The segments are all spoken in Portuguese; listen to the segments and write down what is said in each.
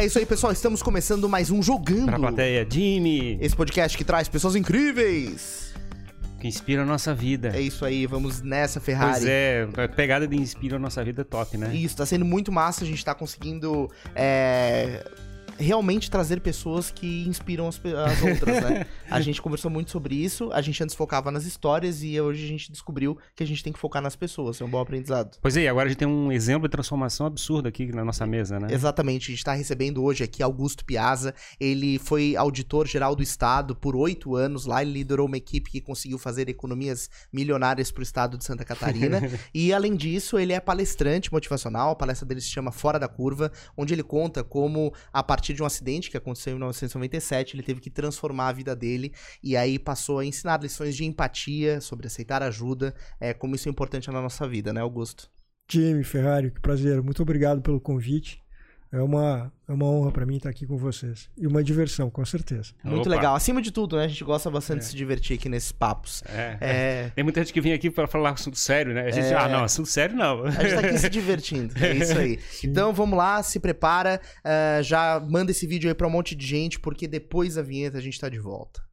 É isso aí, pessoal. Estamos começando mais um Jogando. Pra plateia, Jimmy. Esse podcast que traz pessoas incríveis. Que inspira a nossa vida. É isso aí, vamos nessa, Ferrari. Pois é, a pegada de inspira a nossa vida é top, né? Isso, tá sendo muito massa. A gente tá conseguindo realmente trazer pessoas que inspiram as outras, né? A gente conversou muito sobre isso, a gente antes focava nas histórias e hoje a gente descobriu que a gente tem que focar nas pessoas, é um bom aprendizado. Pois é, agora a gente tem um exemplo de transformação absurda aqui na nossa mesa, né? Exatamente, a gente tá recebendo hoje aqui Augusto Piazza, ele foi auditor-geral do Estado por 8 anos, lá ele liderou uma equipe que conseguiu fazer economias milionárias pro Estado de Santa Catarina, e além disso, ele é palestrante motivacional, a palestra dele se chama Fora da Curva, onde ele conta como, a partir de um acidente que aconteceu em 1997, ele teve que transformar a vida dele e aí passou a ensinar lições de empatia, sobre aceitar ajuda, como isso é importante na nossa vida, né, Augusto? Jimmy, Ferrari, que prazer. Muito obrigado pelo convite. É uma honra para mim estar aqui com vocês. E uma diversão, com certeza. Muito legal. Acima de tudo, né? A gente gosta bastante de se divertir aqui nesses papos. Tem muita gente que vem aqui para falar assunto sério, né? A gente, não, assunto sério não. A gente tá aqui se divertindo, é isso aí. Então vamos lá, se prepara, já manda esse vídeo aí pra um monte de gente, porque depois da vinheta a gente tá de volta.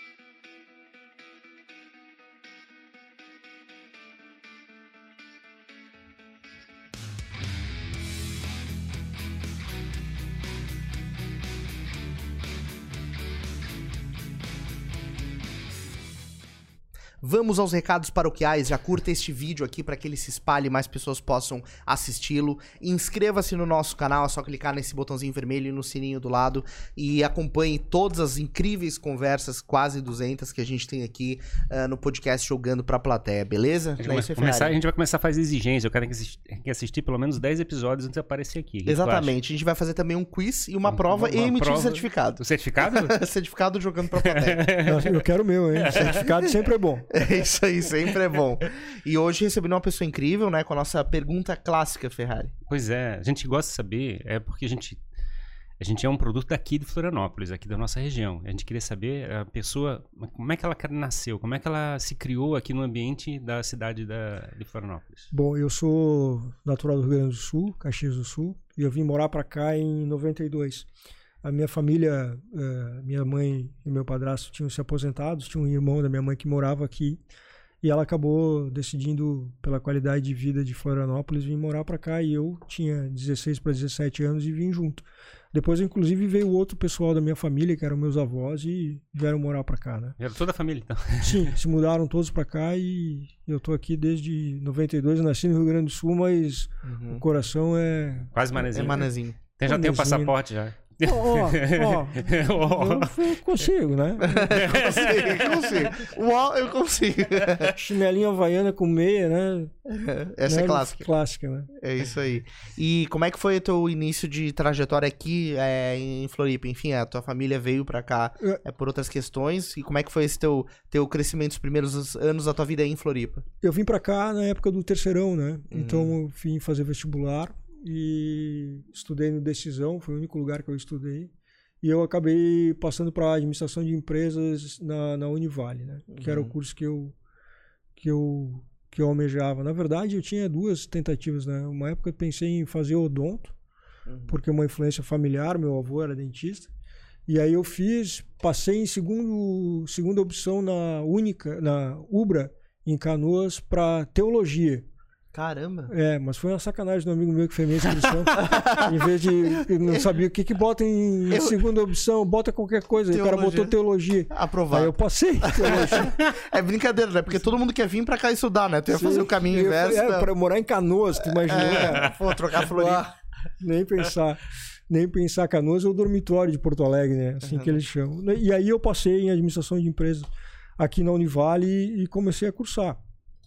Vamos aos recados paroquiais, já curta este vídeo aqui para que ele se espalhe e mais pessoas possam assisti-lo. Inscreva-se no nosso canal, é só clicar nesse botãozinho vermelho e no sininho do lado e acompanhe todas as incríveis conversas, quase 200, que a gente tem aqui no podcast Jogando pra Plateia, beleza? A gente vai começar a fazer exigência, eu quero que assistir pelo menos 10 episódios antes de aparecer aqui. Exatamente, a gente vai fazer também um quiz e uma prova e emitir o certificado. O certificado? Certificado Jogando pra Plateia. Eu quero o meu, hein? Certificado sempre é bom. É isso aí, sempre é bom. E hoje recebendo uma pessoa incrível, né? Com a nossa pergunta clássica, Ferrari. Pois é, a gente gosta de saber, porque a gente é um produto daqui de Florianópolis, aqui da nossa região. A gente queria saber a pessoa, como é que ela nasceu, como é que ela se criou aqui no ambiente da cidade de Florianópolis. Bom, eu sou natural do Rio Grande do Sul, Caxias do Sul, e eu vim morar para cá em 92. A minha família, minha mãe e meu padrasto tinham se aposentados, tinha um irmão da minha mãe que morava aqui e ela acabou decidindo, pela qualidade de vida de Florianópolis, vir morar para cá e eu tinha 16 para 17 anos e vim junto. Depois, inclusive, veio outro pessoal da minha família, que eram meus avós, e vieram morar para cá, né? Era toda a família, então? Sim, se mudaram todos para cá e eu tô aqui desde 92, eu nasci no Rio Grande do Sul, mas o coração é... Quase manezinho. É manezinho. Já tem o passaporte já. Eu consigo, né? Eu consigo. Chinelinha havaiana com meia, né? Essa é clássica. Clássica, né? É isso aí. E como é que foi o teu início de trajetória aqui em Floripa? Enfim, a tua família veio pra cá por outras questões. E como é que foi esse teu crescimento, os primeiros anos da tua vida aí em Floripa? Eu vim pra cá na época do terceirão, né? Então eu vim fazer vestibular. E estudei no Decisão, foi o único lugar que eu estudei. E eu acabei passando para administração de empresas na Univale, né? Que era o curso que eu almejava. Na verdade, eu tinha 2 tentativas, né? Uma época eu pensei em fazer odonto, porque uma influência familiar, meu avô era dentista. E aí eu passei em segunda opção na UBRA, em Canoas, para teologia. Caramba! Mas foi uma sacanagem do amigo meu que fez minha inscrição. Em vez de... Eu não sabia o que bota em segunda opção, bota qualquer coisa. Teologia. O cara botou teologia. Aprovado. Aí eu passei teologia. É brincadeira, né? Porque todo mundo quer vir pra cá estudar, né? Tu ia fazer o caminho inverso. Pra morar em Canoas, tu imaginou? Pô, trocar Floripa. Nem pensar. Canoas é o dormitório de Porto Alegre, né? Assim que eles chamam. E aí eu passei em administração de empresas aqui na Univale e comecei a cursar.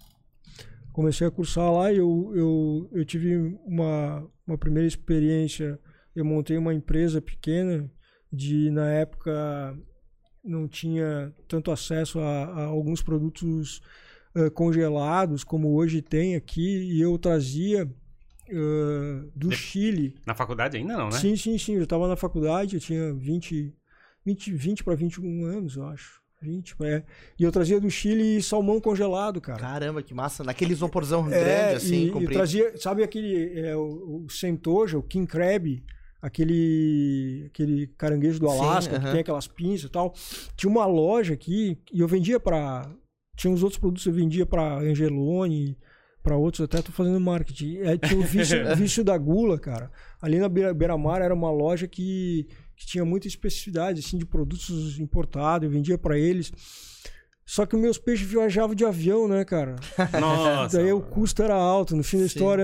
Lá, eu tive uma primeira experiência, eu montei uma empresa pequena, na época não tinha tanto acesso a alguns produtos congelados, como hoje tem aqui, e eu trazia do Chile. Na faculdade ainda não, né? Sim, eu estava na faculdade, eu tinha 20 para 21 anos, eu acho. 20, E eu trazia do Chile salmão congelado, cara. Caramba, que massa. Naquele isoporzão grande, assim, comprido. E trazia, sabe aquele, o centoja, o king crab, aquele caranguejo do Alasca, que tem aquelas pinças e tal. Tinha uma loja aqui e eu vendia tinha uns outros produtos que eu vendia para Angelone, para outros, até tô fazendo marketing. Tinha o vício da gula, cara. Ali na Beira-Mar era uma loja que tinha muita especificidade, assim, de produtos importados, eu vendia para eles. Só que os meus peixes viajavam de avião, né, cara? Nossa. Daí o custo era alto. No fim da história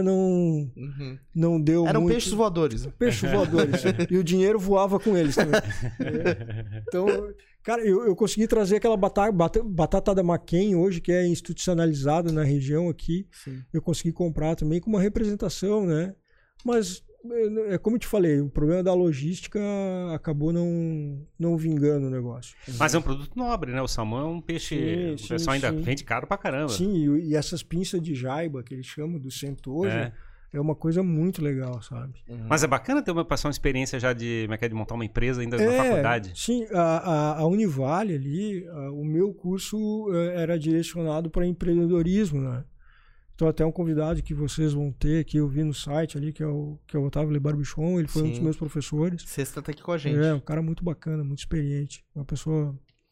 não deu Eram muito. peixes voadores. Peixes voadores. E o dinheiro voava com eles também. Então, cara, eu consegui trazer aquela batata da Maquem hoje, que é institucionalizada na região aqui. Sim. Eu consegui comprar também com uma representação, né? Mas, é como eu te falei, o problema da logística acabou não vingando o negócio. Mas é um produto nobre, né? O salmão é um peixe... o pessoal ainda vende caro pra caramba. Sim, e essas pinças de jaiba, que eles chamam, do centojo, é uma coisa muito legal, sabe? Mas é bacana ter passar uma experiência já de montar uma empresa ainda na faculdade. Sim, a Univale ali, o meu curso era direcionado para empreendedorismo, né? Então até um convidado que vocês vão ter, que eu vi no site ali, que é o Otávio Le Barbichon, ele foi um dos meus professores. Sexta tá aqui com a gente. Um cara muito bacana, muito experiente, uma pessoa...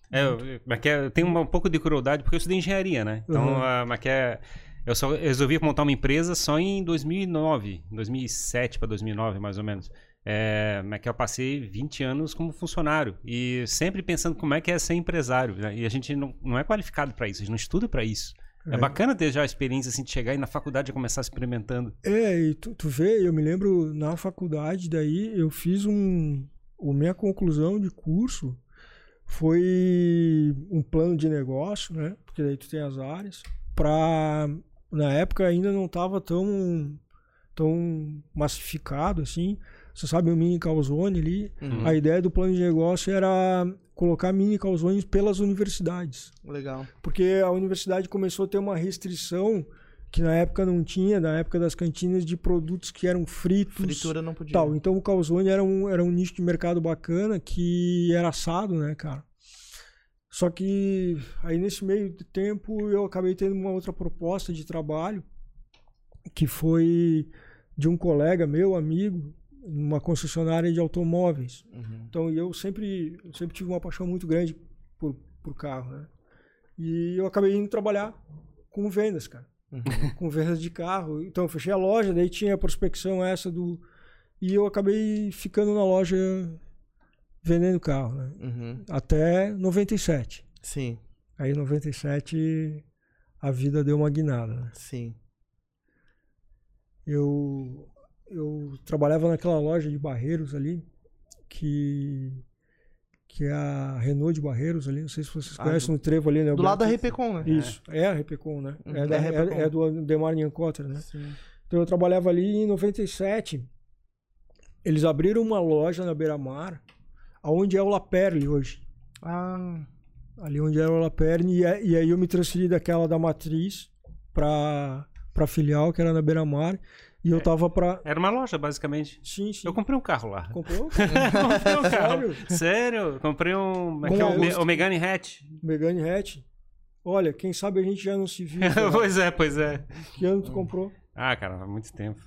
Eu tenho um pouco de crueldade, porque eu estudei engenharia, né? Então, eu só resolvi montar uma empresa só em 2009, 2007 para 2009, mais ou menos. Eu passei 20 anos como funcionário e sempre pensando como é que é ser empresário, né? E a gente não é qualificado para isso, a gente não estuda para isso. É bacana ter já a experiência assim, de chegar aí na faculdade e começar experimentando. E tu vê, eu me lembro na faculdade, daí eu fiz minha conclusão de curso foi um plano de negócio, né? Porque daí tu tem as áreas. Na época ainda não estava tão massificado assim. Você sabe o mini calzone ali? A ideia do plano de negócio era colocar mini calzones pelas universidades. Legal. Porque a universidade começou a ter uma restrição que na época não tinha, na época das cantinas, de produtos que eram fritos. Fritura não podia. Tal. Então o calzone era um nicho de mercado bacana que era assado, né, cara? Só que aí nesse meio de tempo eu acabei tendo uma outra proposta de trabalho que foi de um colega meu, amigo, numa concessionária de automóveis. Então eu sempre tive uma paixão muito grande por carro, né? E eu acabei indo trabalhar com vendas, cara. Com vendas de carro. Então eu fechei a loja, daí tinha a prospecção e eu acabei ficando na loja vendendo carro, né? Até 97. Sim. Aí em 97 a vida deu uma guinada, né? Sim. Eu trabalhava naquela loja de Barreiros ali, que é a Renault de Barreiros ali, não sei se vocês conhecem, no trevo ali, né? Do lado da Repecon, né? Isso, é a Repecon, né? É do Demar Niancotter, né? Sim. Então eu trabalhava ali em 97, eles abriram uma loja na Beira-Mar, onde é o La Perle hoje. Ali onde era o La Perle, e aí eu me transferi daquela da matriz pra filial, que era na Beira-Mar. E eu tava pra... Era uma loja, basicamente. Sim. Eu comprei um carro lá. Comprou? Comprei um carro. Sério? Comprei um... o Megane Hatch. Megane Hatch. Olha, quem sabe a gente já não se viu. Pois é. Que ano tu comprou? Cara, há muito tempo.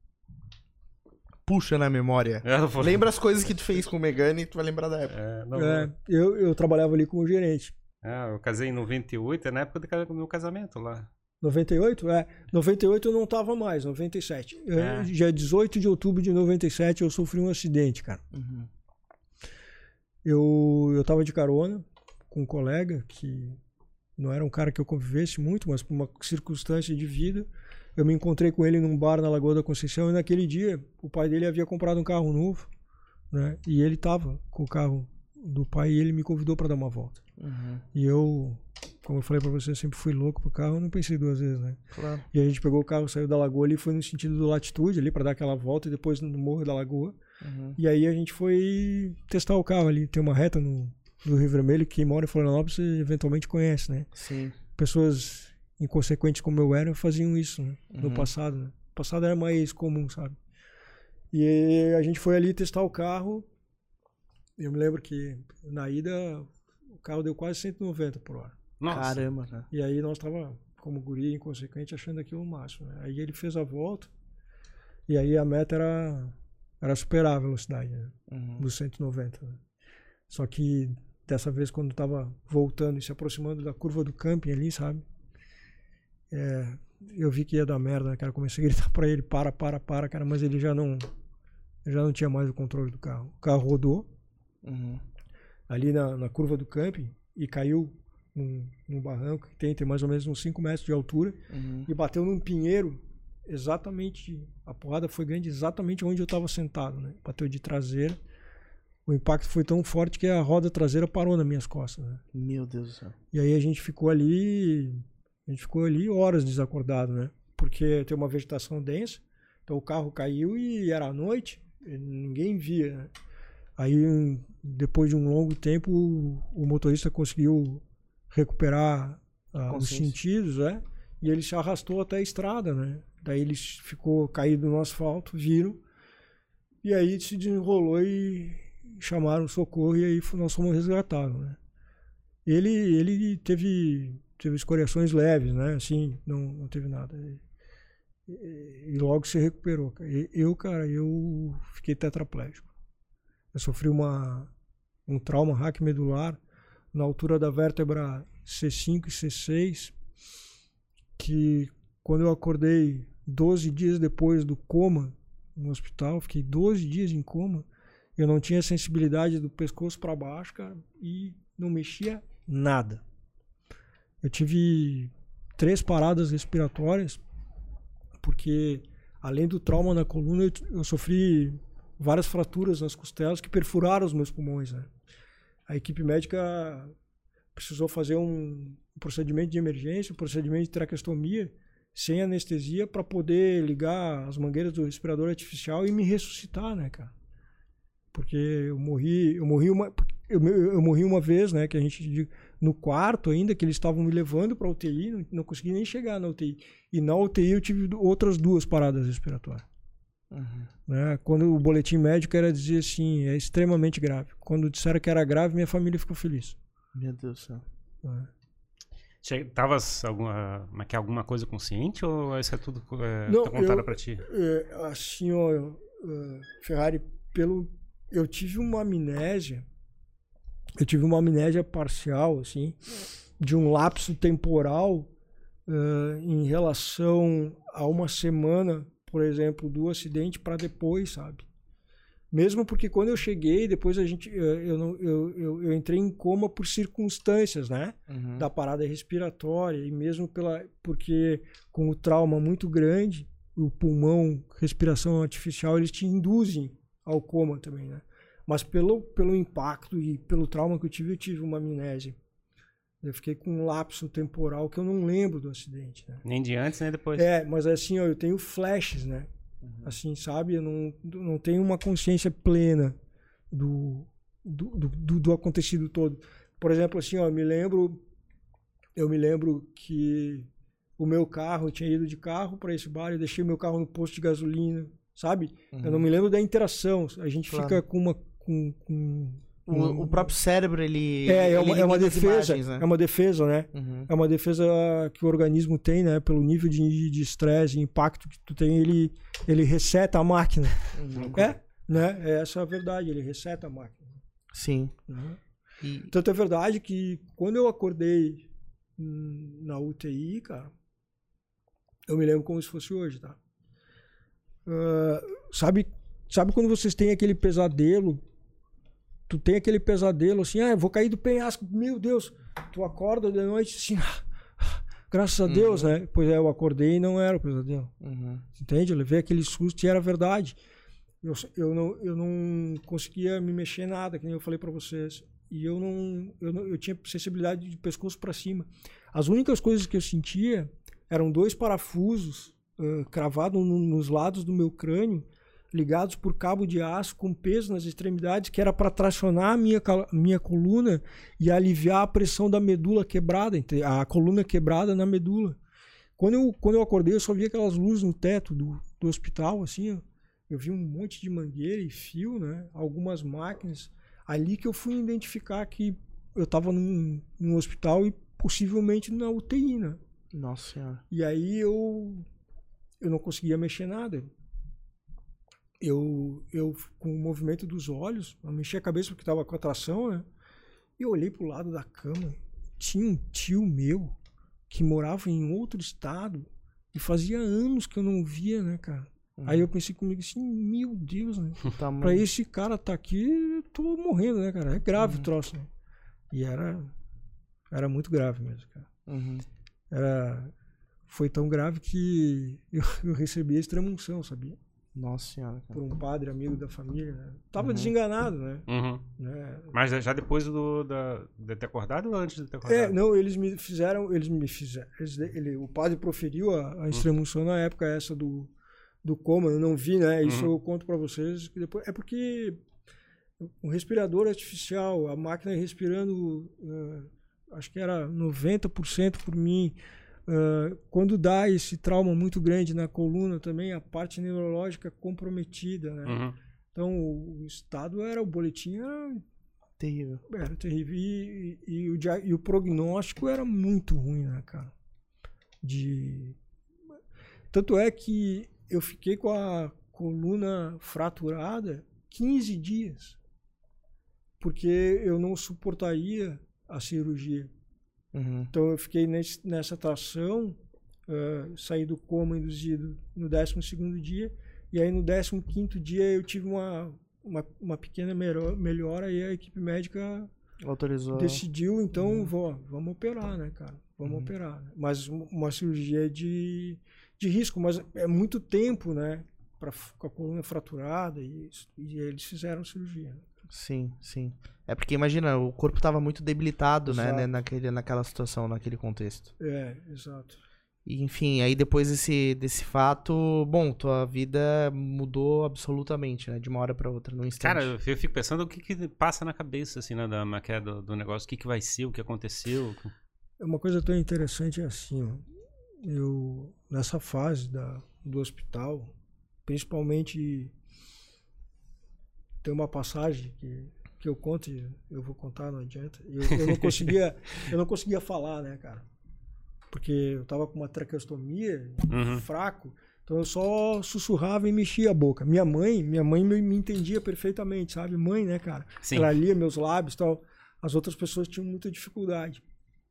Puxa na memória. Lembra as coisas que tu fez com o Megane e tu vai lembrar da época. Eu trabalhava ali como gerente. Eu casei em 98, na época do meu casamento lá. 98? 98 eu não tava mais, 97. Dia 18 de outubro de 97 eu sofri um acidente, cara. Eu tava de carona com um colega que não era um cara que eu convivesse muito, mas por uma circunstância de vida, eu me encontrei com ele num bar na Lagoa da Conceição e naquele dia o pai dele havia comprado um carro novo, né? E ele tava com o carro do pai e ele me convidou para dar uma volta. E eu, como eu falei para você, sempre fui louco pro carro, eu não pensei duas vezes, né? Claro. E a gente pegou o carro, saiu da Lagoa ali, foi no sentido do Latitude ali para dar aquela volta e depois no Morro da Lagoa. E aí a gente foi testar o carro ali, tem uma reta no Rio Vermelho, que quem mora em Florianópolis você eventualmente conhece, né? Sim. Pessoas inconsequentes como eu era faziam isso, né? No passado, né? No passado era mais comum, sabe? E a gente foi ali testar o carro. Eu me lembro que na ida o carro deu quase 190 por hora. Nossa. Caramba, cara. E aí nós tava como guri inconsequente achando aquilo o máximo, né? Aí ele fez a volta e aí a meta era era superar a velocidade, né? Dos 190. Né? Só que dessa vez, quando tava voltando e se aproximando da curva do camping ali, sabe? Eu vi que ia dar merda, né, cara? Comecei a gritar pra ele, para, cara, mas ele já não tinha mais o controle do carro. O carro rodou ali na curva do camping e caiu num barranco que tem mais ou menos uns 5 metros de altura e bateu num pinheiro exatamente, a porrada foi grande exatamente onde eu estava sentado, né? Bateu de traseira. O impacto foi tão forte que a roda traseira parou nas minhas costas, né? Meu Deus do céu. E aí a gente ficou ali horas desacordado, né? Porque tem uma vegetação densa, então o carro caiu e era à noite, ninguém via, né? Aí depois de um longo tempo o motorista conseguiu recuperar os sentidos, né? E ele se arrastou até a estrada, né? Daí ele ficou caído no asfalto, viram, e aí se desenrolou e chamaram socorro e aí nós fomos resgatados, né? Ele teve escoriações leves, né? Assim, não teve nada. E logo se recuperou. Eu fiquei tetraplégico. Eu sofri um trauma raquimedular na altura da vértebra C5 e C6, que quando eu acordei 12 dias depois do coma no hospital, fiquei 12 dias em coma, eu não tinha sensibilidade do pescoço para baixo, cara, e não mexia nada. Eu tive 3 paradas respiratórias, porque além do trauma na coluna, eu sofri várias fraturas nas costelas que perfuraram os meus pulmões, né? A equipe médica precisou fazer um procedimento de emergência, um procedimento de traqueostomia, sem anestesia, para poder ligar as mangueiras do respirador artificial e me ressuscitar, né, cara? Porque eu morri uma vez, né, que a gente no quarto ainda, que eles estavam me levando para UTI, não consegui nem chegar na UTI. E na UTI eu tive outras 2 paradas respiratórias. Né? Quando o boletim médico era dizer assim, é extremamente grave. Quando disseram que era grave, minha família ficou feliz. Meu Deus do céu. Estavas alguma coisa consciente ou isso é tudo não, tá contado pra ti? Assim, ó, Ferrari, eu tive uma amnésia parcial, assim, de um lapso temporal em relação a uma semana, por exemplo, do acidente para depois, sabe? Mesmo porque quando eu cheguei, depois eu entrei em coma por circunstâncias, né? Da parada respiratória e mesmo porque com o trauma muito grande, o pulmão, respiração artificial, eles te induzem ao coma também, né? Mas pelo impacto e pelo trauma que eu tive uma amnésia. Eu fiquei com um lapso temporal que eu não lembro do acidente, né? Nem de antes, nem depois. Mas assim, ó, eu tenho flashes, né? Assim, sabe? Eu não tenho uma consciência plena do acontecido todo. Por exemplo, assim, ó, eu me lembro que o meu carro, eu tinha ido de carro para esse bar, eu deixei meu carro no posto de gasolina, sabe? Eu não me lembro da interação. A gente fica com o próprio cérebro, ele é uma defesa, imagens, né? É uma defesa, né? É uma defesa que o organismo tem, né? Pelo nível de estresse, impacto que tu tem, ele reseta a máquina. Né? Essa é a verdade, ele reseta a máquina. Sim. Tanto é verdade que quando eu acordei na UTI, cara, eu me lembro como se fosse hoje, tá? Sabe quando vocês têm aquele pesadelo? Tu tem aquele pesadelo assim, eu vou cair do penhasco, meu Deus. Tu acorda de noite assim, graças a Deus, né? Pois eu acordei e não era o pesadelo. Entende? Eu levei aquele susto e era verdade. Eu não conseguia me mexer nada, que nem eu falei pra vocês. E eu tinha sensibilidade de pescoço pra cima. As únicas coisas que eu sentia eram 2 parafusos cravados nos lados do meu crânio, ligados por cabo de aço com peso nas extremidades, que era para tracionar a minha coluna e aliviar a pressão da medula quebrada, a coluna quebrada na medula. Quando eu acordei, eu só vi aquelas luzes no teto do hospital, assim, eu vi um monte de mangueira e fio, né? Algumas máquinas. Ali que eu fui identificar que eu estava num hospital e possivelmente na UTI, né? Nossa Senhora. E aí eu não conseguia mexer nada. eu com o movimento dos olhos, eu mexi a cabeça porque tava com a tração, né? E eu olhei pro lado da cama, tinha um tio meu que morava em outro estado e fazia anos que eu não via, né, cara? Aí eu pensei comigo assim, meu Deus, né? Pra esse cara tá aqui, eu tô morrendo, né, cara? É grave o troço, né? E era muito grave mesmo, cara. Foi tão grave que eu recebi a extrema-unção, sabia? Nossa senhora, cara. Por um padre amigo da família, né? Tava desenganado, né? Mas já depois de ter acordado ou antes de ter acordado? Não, o padre proferiu a extrema-unção na época essa do coma, eu não vi, né? Isso eu conto pra vocês. Que depois, é porque um respirador artificial, a máquina respirando, acho que era 90% por mim. Quando dá esse trauma muito grande na coluna também, a parte neurológica comprometida, né? Então o estado o boletim era terrível. Era terrível. E o prognóstico era muito ruim, né, cara? Tanto é que eu fiquei com a coluna fraturada 15 dias, porque eu não suportaria a cirurgia. Então eu fiquei nessa tração, saí do coma induzido no 12º dia, e aí no 15º dia eu tive uma pequena melhora, e a equipe médica autorizou. Decidiu, então, vamos operar, né, cara? Vamos operar. Mas uma cirurgia de risco, mas é muito tempo, né, com a coluna fraturada, e eles fizeram cirurgia. Sim, sim. É porque imagina, o corpo estava muito debilitado, né, naquela situação, naquele contexto. Exato. E, enfim, aí depois desse fato, bom, tua vida mudou absolutamente, né, de uma hora para outra, num instante. Cara, eu fico pensando o que passa na cabeça, assim, né, do negócio, o que vai ser, o que aconteceu. Uma coisa tão interessante é assim, ó, eu, nessa fase do hospital, principalmente, tem uma passagem que eu conto, eu vou contar, não adianta. Eu não conseguia falar, né, cara? Porque eu tava com uma traqueostomia, fraco, então eu só sussurrava e mexia a boca. Minha mãe me entendia perfeitamente, sabe? Mãe, né, cara? Sim. Ela lia meus lábios e tal. As outras pessoas tinham muita dificuldade.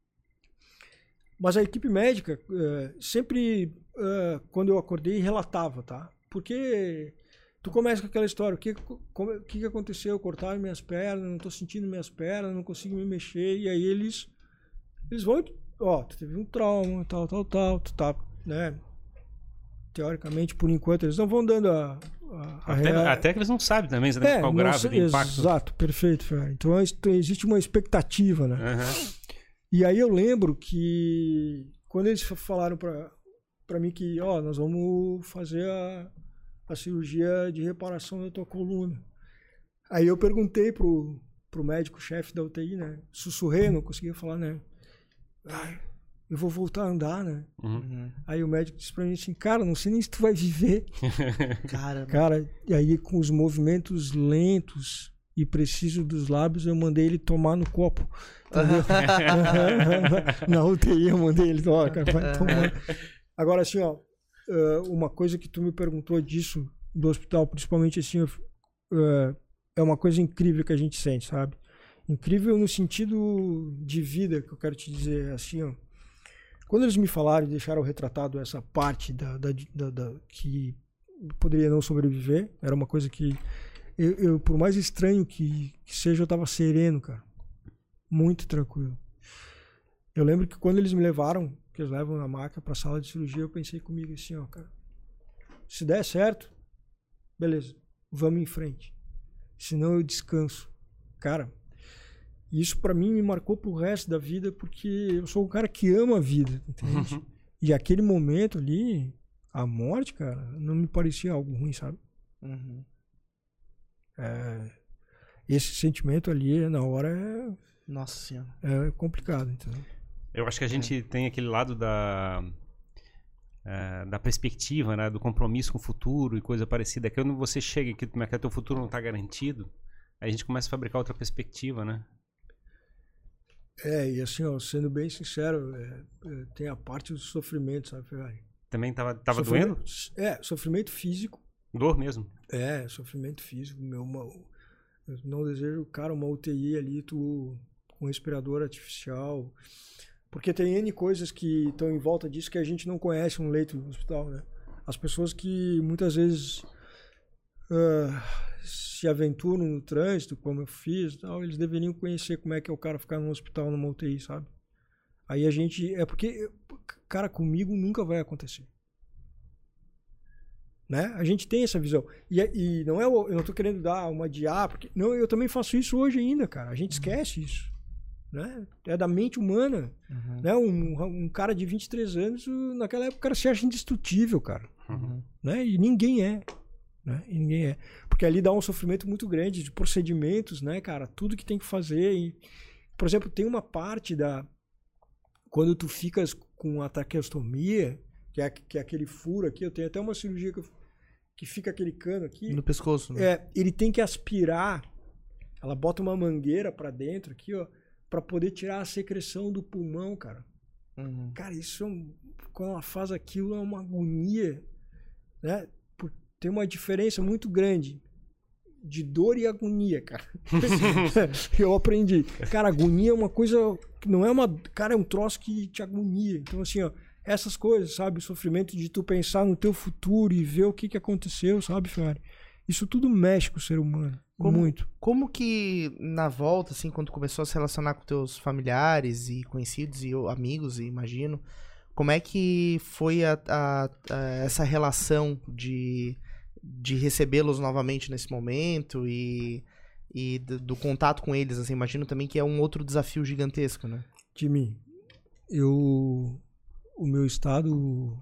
Mas a equipe médica sempre, quando eu acordei, relatava, tá? Porque tu começa com aquela história, o que aconteceu? Cortaram minhas pernas, não tô sentindo minhas pernas, não consigo me mexer. E aí eles vão, tu teve um trauma, tal, tu tá, né? Teoricamente, por enquanto, eles não vão dando até que eles não sabem também, você deve ficar grave do impacto. Exato, perfeito, Ferrari. Então existe uma expectativa, né? E aí eu lembro que quando eles falaram pra mim que, nós vamos fazer a cirurgia de reparação da tua coluna. Aí eu perguntei pro médico-chefe da UTI, né? Sussurrei, não conseguia falar, né? Eu vou voltar a andar, né? Aí o médico disse pra mim assim, cara, não sei nem se tu vai viver. Cara, e aí com os movimentos lentos e precisos dos lábios, eu mandei ele tomar no copo. Na UTI eu mandei ele, cara, vai tomar. Agora assim, uma coisa que tu me perguntou disso, do hospital, principalmente assim, é uma coisa incrível que a gente sente, sabe? Incrível no sentido de vida, que eu quero te dizer, assim, ó. Quando eles me falaram e deixaram retratado essa parte que poderia não sobreviver, era uma coisa que eu por mais estranho que seja, eu tava sereno, cara. Muito tranquilo. Eu lembro que quando eles me levaram, que eles levam na maca pra sala de cirurgia, eu pensei comigo assim, ó, cara, se der certo, beleza, vamos em frente. Senão eu descanso. Cara, isso pra mim me marcou pro resto da vida, porque eu sou um cara que ama a vida, entende? E aquele momento ali, a morte, cara, não me parecia algo ruim, sabe? Esse sentimento ali, na hora, Nossa Senhora, é complicado, entendeu? Eu acho que a gente tem aquele lado da perspectiva, né, do compromisso com o futuro e coisa parecida. Que quando você chega que o teu futuro não está garantido, aí a gente começa a fabricar outra perspectiva, né? E assim, ó, sendo bem sincero, tem a parte do sofrimento, sabe, Ferrari? Também tava doendo? Sofrimento físico, Dor mesmo. Sofrimento físico. Eu não desejo, cara, uma UTI ali, tu com respirador artificial. Porque tem N coisas que estão em volta disso que a gente não conhece no leito do hospital, né? As pessoas que muitas vezes se aventuram no trânsito, como eu fiz, tal, eles deveriam conhecer como é que é o cara ficar no hospital, numa UTI, sabe? Aí a gente... É porque, cara, comigo nunca vai acontecer. Né? A gente tem essa visão. E não é... Eu não tô querendo dar uma porque... Não, eu também faço isso hoje ainda, cara. A gente esquece isso. Né? É da mente humana. Né? Um cara de 23 anos, naquela época, o cara se acha indestrutível, cara. Né? E ninguém é. Né? E ninguém é. Porque ali dá um sofrimento muito grande de procedimentos, né, cara? Tudo que tem que fazer. E, por exemplo, tem uma parte da... Quando tu ficas com a traqueostomia, que é aquele furo aqui, eu tenho até uma cirurgia que fica aquele cano aqui. No pescoço, né? Ele tem que aspirar. Ela bota uma mangueira pra dentro aqui, ó, pra poder tirar a secreção do pulmão, cara. Cara, isso quando ela faz aquilo é uma agonia, né? Tem uma diferença muito grande de dor e agonia, cara. Eu aprendi. Cara, agonia é uma coisa que não é uma... Cara, é um troço que te agonia. Então, assim, ó, essas coisas, sabe? O sofrimento de tu pensar no teu futuro e ver o que aconteceu, sabe, Ferrari? Isso tudo mexe com o ser humano. Muito. Como que, na volta, assim, quando começou a se relacionar com teus familiares e conhecidos e amigos, imagino, como é que foi essa relação de recebê-los novamente nesse momento e do contato com eles, assim, imagino também que é um outro desafio gigantesco, né? Jimmy, o meu estado,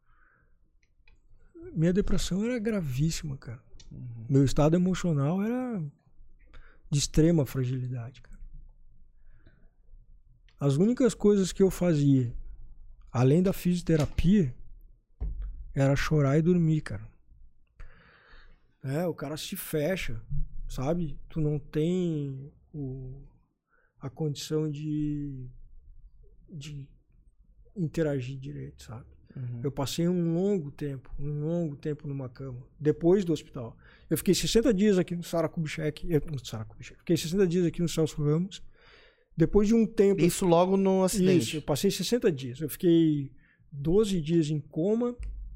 minha depressão era gravíssima, cara. Meu estado emocional era de extrema fragilidade, cara. As únicas coisas que eu fazia, além da fisioterapia, era chorar e dormir, cara. O cara se fecha, sabe? Tu não tem a condição de interagir direito, sabe? Eu passei um longo tempo numa cama, depois do hospital. Eu fiquei 60 dias aqui no Sara Kubitschek, fiquei 60 dias aqui no Celso Ramos. Depois de um tempo... Isso logo no acidente? Isso, eu passei 60 dias. Eu fiquei 12 dias em coma,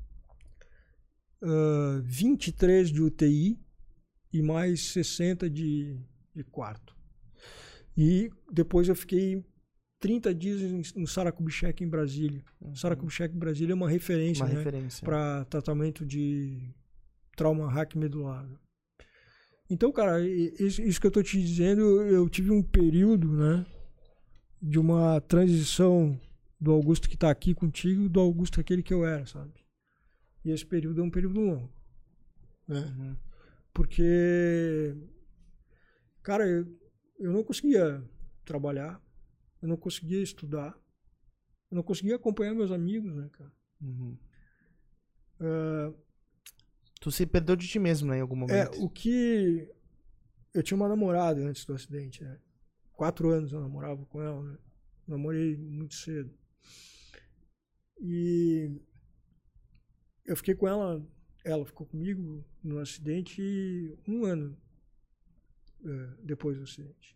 23 de UTI e mais 60 de quarto. E depois eu fiquei 30 dias no Sara Kubitschek em Brasília. Sara Kubitschek em Brasília é uma referência, né, para tratamento de trauma raquimedular. Então, cara, isso que eu tô te dizendo, eu tive um período, né, de uma transição do Augusto que tá aqui contigo do Augusto aquele que eu era, sabe? E esse período é um período longo, né? Porque, cara, eu não conseguia trabalhar, eu não conseguia estudar, eu não conseguia acompanhar meus amigos, né, cara? Tu se perdeu de ti mesmo, né, em algum momento? Eu tinha uma namorada antes do acidente, né? 4 anos eu namorava com ela, né? Namorei muito cedo. E eu fiquei com ela ficou comigo no acidente 1 ano depois do acidente.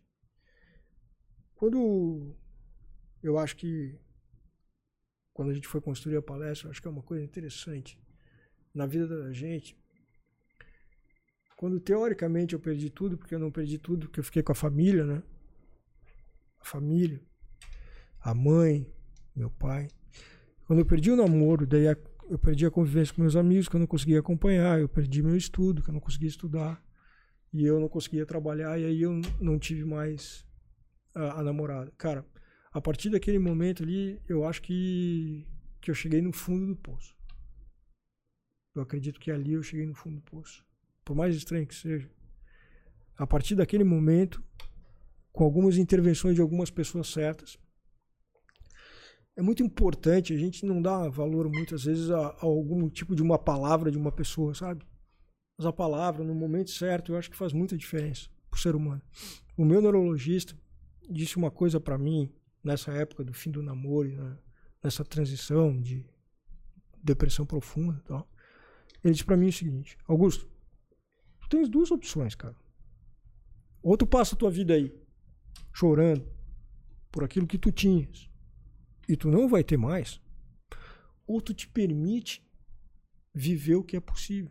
Eu acho que quando a gente foi construir a palestra, eu acho que é uma coisa interessante na vida da gente. Quando teoricamente eu perdi tudo, porque eu não perdi tudo, porque eu fiquei com a família, né? A família, a mãe, meu pai. Quando eu perdi o namoro, daí eu perdi a convivência com meus amigos, que eu não conseguia acompanhar, eu perdi meu estudo, que eu não conseguia estudar, e eu não conseguia trabalhar, e aí eu não tive mais a namorada. Cara, a partir daquele momento ali, eu acho que eu cheguei no fundo do poço. Eu acredito que ali eu cheguei no fundo do poço. Por mais estranho que seja. A partir daquele momento, com algumas intervenções de algumas pessoas certas, é muito importante, a gente não dá valor muitas vezes a algum tipo de uma palavra de uma pessoa, sabe? Mas a palavra, no momento certo, eu acho que faz muita diferença pro ser humano. O meu neurologista disse uma coisa para mim, nessa época do fim do namoro, né? Nessa transição de depressão profunda e tal. Ele disse pra mim o seguinte: Augusto, tu tens 2 opções, cara. Ou tu passa a tua vida aí chorando por aquilo que tu tinhas e tu não vai ter mais, ou tu te permite viver o que é possível.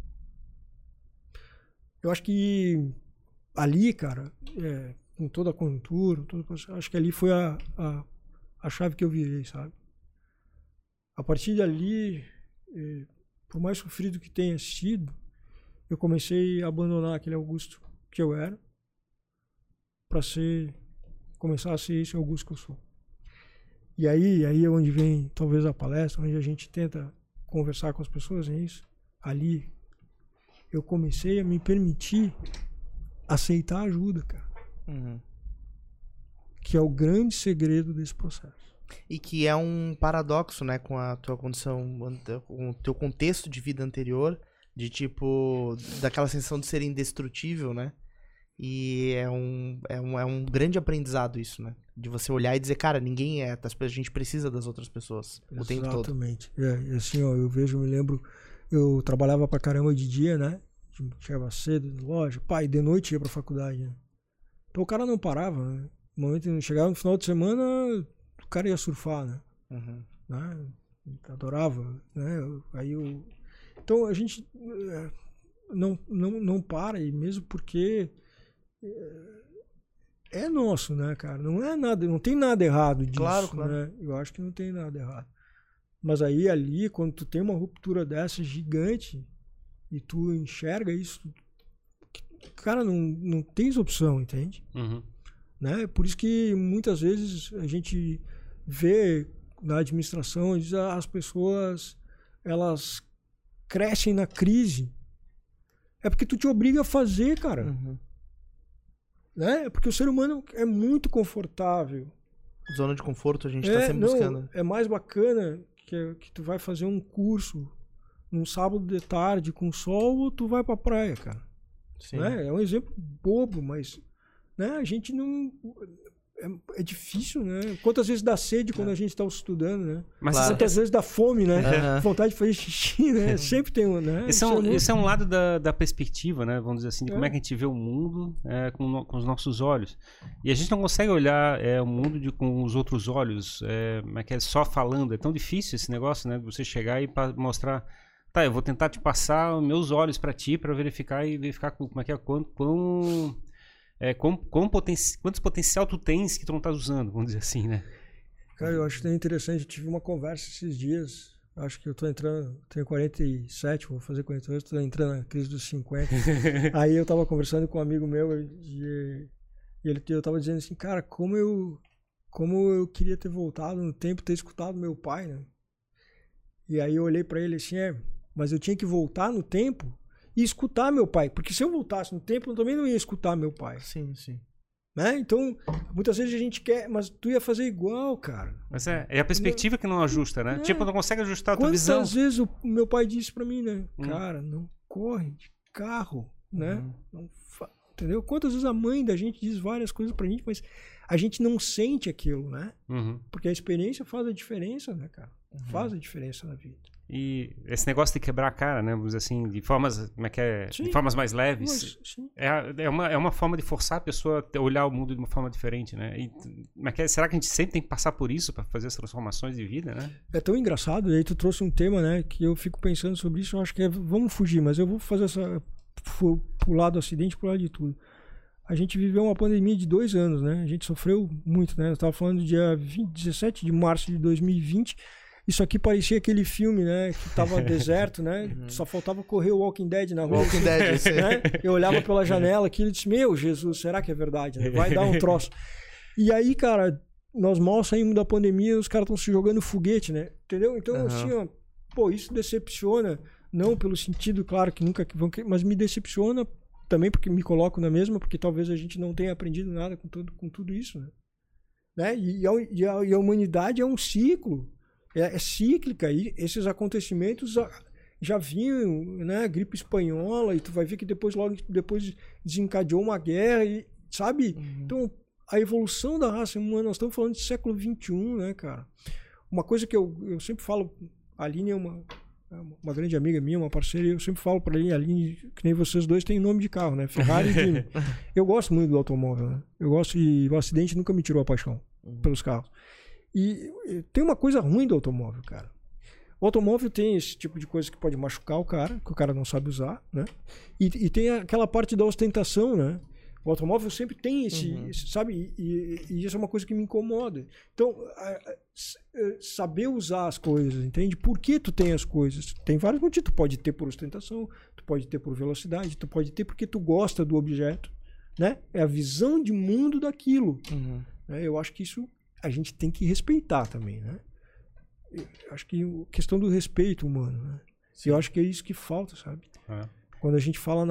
Eu acho que ali, cara, com toda a conjuntura, acho que ali foi a chave que eu virei, sabe? A partir dali, por mais sofrido que tenha sido, eu comecei a abandonar aquele Augusto que eu era para começar a ser esse Augusto que eu sou. E aí é onde vem talvez a palestra, onde a gente tenta conversar com as pessoas, é isso. Ali eu comecei a me permitir aceitar ajuda, cara. Uhum. Que é o grande segredo desse processo. E que é um paradoxo, né, com a tua condição, com o teu contexto de vida anterior, de tipo, daquela sensação de ser indestrutível, né? E é um grande aprendizado isso, né? De você olhar e dizer, cara, ninguém é, a gente precisa das outras pessoas o tempo todo. Exatamente. Assim, ó, eu me lembro, eu trabalhava pra caramba de dia, né? Chegava cedo na loja, pai, de noite ia pra faculdade, né? Então o cara não parava, né? No momento chegava no final de semana, o cara ia surfar, né? Uhum. Né? Adorava, né? Então a gente não para, e mesmo porque é nosso, né, cara? Não é nada, não tem nada errado disso, claro. Né? Eu acho que não tem nada errado. Mas aí ali, quando tu tem uma ruptura dessa gigante e tu enxerga isso, cara, não tens opção, entende? Uhum. Né? Por isso que muitas vezes a gente vê na administração as pessoas, elas crescem na crise. É porque tu te obriga a fazer, cara. Uhum. Né? É porque o ser humano é muito confortável. Zona de conforto a gente tá sempre buscando. É mais bacana que tu vai fazer um curso num sábado de tarde com sol, ou tu vai pra praia, cara. Sim. Né? É um exemplo bobo, mas né? A gente não... É difícil, né? Quantas vezes dá sede quando a gente está estudando, né? Mas quantas vezes dá fome, né? Vontade de fazer xixi, né? Sempre tem um, né? Esse é um lado da perspectiva, né? Vamos dizer assim, de como é que a gente vê o mundo com os nossos olhos. E a gente não consegue olhar o mundo com os outros olhos, só falando. É tão difícil esse negócio, né? De você chegar e mostrar... Tá, eu vou tentar te passar os meus olhos para ti, para verificar como é que é, quantos potencial tu tens que tu não tá usando, vamos dizer assim, né? Cara, eu acho que é interessante. Eu tive uma conversa esses dias. Acho que eu tô entrando, tenho 47, vou fazer 48, tô entrando na crise dos 50. Aí eu tava conversando com um amigo meu e eu tava dizendo assim, cara, como eu queria ter voltado no tempo, ter escutado meu pai, né? E aí eu olhei pra ele assim, mas eu tinha que voltar no tempo e escutar meu pai. Porque se eu voltasse no tempo, eu também não ia escutar meu pai. Sim, sim. Né? Então, muitas vezes a gente quer, mas tu ia fazer igual, cara. Mas é a perspectiva que não ajusta, né? Tipo, não consegue ajustar a tua visão. Quantas vezes o meu pai disse pra mim, né? Cara, não corre de carro, né? Entendeu? Quantas vezes a mãe da gente diz várias coisas pra gente, mas a gente não sente aquilo, né? Porque a experiência faz a diferença, né, cara? Faz a diferença na vida. E esse negócio de quebrar a cara, né? Vamos dizer assim, de formas, de formas mais leves. É uma forma de forçar a pessoa a olhar o mundo de uma forma diferente, né? E, será que a gente sempre tem que passar por isso para fazer as transformações de vida, né? É tão engraçado. E aí tu trouxe um tema, né? Que eu fico pensando sobre isso. Eu acho que vamos fugir, mas eu vou fazer pular do acidente, pular de tudo. A gente viveu uma pandemia de 2 anos, né? A gente sofreu muito, né? Eu estava falando do dia 17 de março de 2020. Isso aqui parecia aquele filme, né? Que tava deserto, né? Só faltava correr o Walking Dead na rua. Walking Dead, né? Eu olhava pela janela aqui e disse, meu Jesus, será que é verdade? Né? Vai dar um troço. E aí, cara, nós mal saímos da pandemia e os caras estão se jogando foguete, né? Entendeu? Então, assim, ó, pô, isso decepciona. Não pelo sentido, claro, que nunca vão... Mas me decepciona também porque me coloco na mesma, porque talvez a gente não tenha aprendido nada com tudo isso, né? E a humanidade é um ciclo. É cíclica, e esses acontecimentos já vinham, né? Gripe espanhola, e tu vai ver que logo depois desencadeou uma guerra, e, sabe? Então, a evolução da raça humana, nós estamos falando de século XXI, né, cara? Uma coisa que eu sempre falo, a Aline é uma grande amiga minha, uma parceira, e eu sempre falo para Aline, que nem vocês dois têm nome de carro, né? Ferrari e Dino. Eu gosto muito do automóvel, né? Eu gosto, e o acidente nunca me tirou a paixão pelos carros. E tem uma coisa ruim do automóvel, cara. O automóvel tem esse tipo de coisa que pode machucar o cara, que o cara não sabe usar, né? E tem aquela parte da ostentação, né? O automóvel sempre tem esse, sabe? E isso é uma coisa que me incomoda. Então, saber usar as coisas, entende? Por que tu tem as coisas? Tem vários motivos. Tu pode ter por ostentação, tu pode ter por velocidade, tu pode ter porque tu gosta do objeto, né? É a visão de mundo daquilo. Eu acho que isso a gente tem que respeitar também, né? Eu acho que a questão do respeito humano, né? Eu acho que é isso que falta, sabe? Quando a gente fala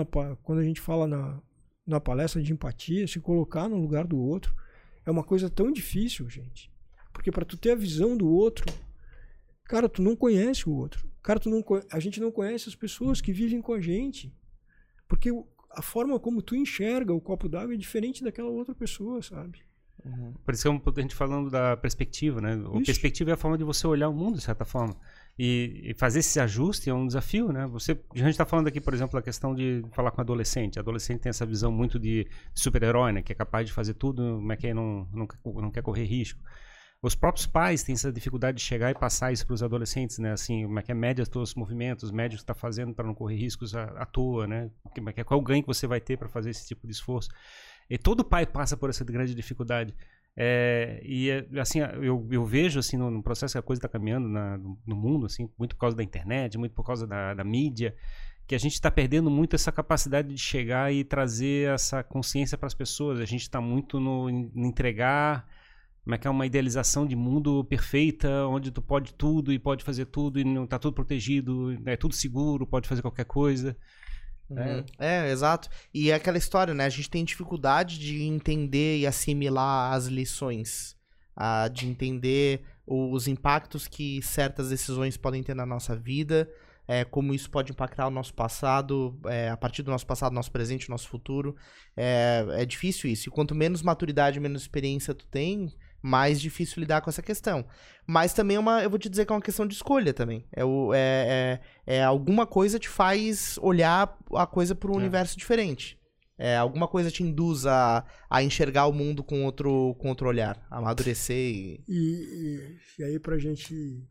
na palestra de empatia, se colocar no lugar do outro, é uma coisa tão difícil, gente. Porque para tu ter a visão do outro, cara, tu não conhece o outro. Cara, a gente não conhece as pessoas que vivem com a gente. Porque a forma como tu enxerga o copo d'água é diferente daquela outra pessoa, sabe? Por isso que a gente falando da perspectiva, né? A perspectiva é a forma de você olhar o mundo, de certa forma. E fazer esse ajuste é um desafio, né? A gente está falando aqui, por exemplo, da questão de falar com adolescente. Adolescente tem essa visão muito de super-herói, né? Que é capaz de fazer tudo, mas que não quer correr risco. Os próprios pais têm essa dificuldade de chegar e passar isso para os adolescentes, né? Assim, como é que é, mede os teus movimentos, mede o que está fazendo para não correr riscos à toa, né? Qual o ganho que você vai ter para fazer esse tipo de esforço? E todo pai passa por essa grande dificuldade. Assim, eu vejo assim no processo que a coisa está caminhando no mundo, assim, muito por causa da internet, muito por causa da mídia, que a gente está perdendo muito essa capacidade de chegar e trazer essa consciência para as pessoas. A gente está muito no entregar, como é que é, uma idealização de mundo perfeita, onde tu pode tudo e pode fazer tudo e não está tudo protegido, é tudo seguro, pode fazer qualquer coisa. Exato. E é aquela história, né? A gente tem dificuldade de entender e assimilar as lições, de entender os impactos que certas decisões podem ter na nossa vida, como isso pode impactar o nosso passado, a partir do nosso passado, nosso presente, nosso futuro. É difícil isso. E quanto menos maturidade, menos experiência tu tem, mais difícil lidar com essa questão. Mas também eu vou te dizer que é uma questão de escolha também. Alguma coisa te faz olhar a coisa por um universo diferente. Alguma coisa te induz a enxergar o mundo com outro olhar, a amadurecer. E aí pra gente...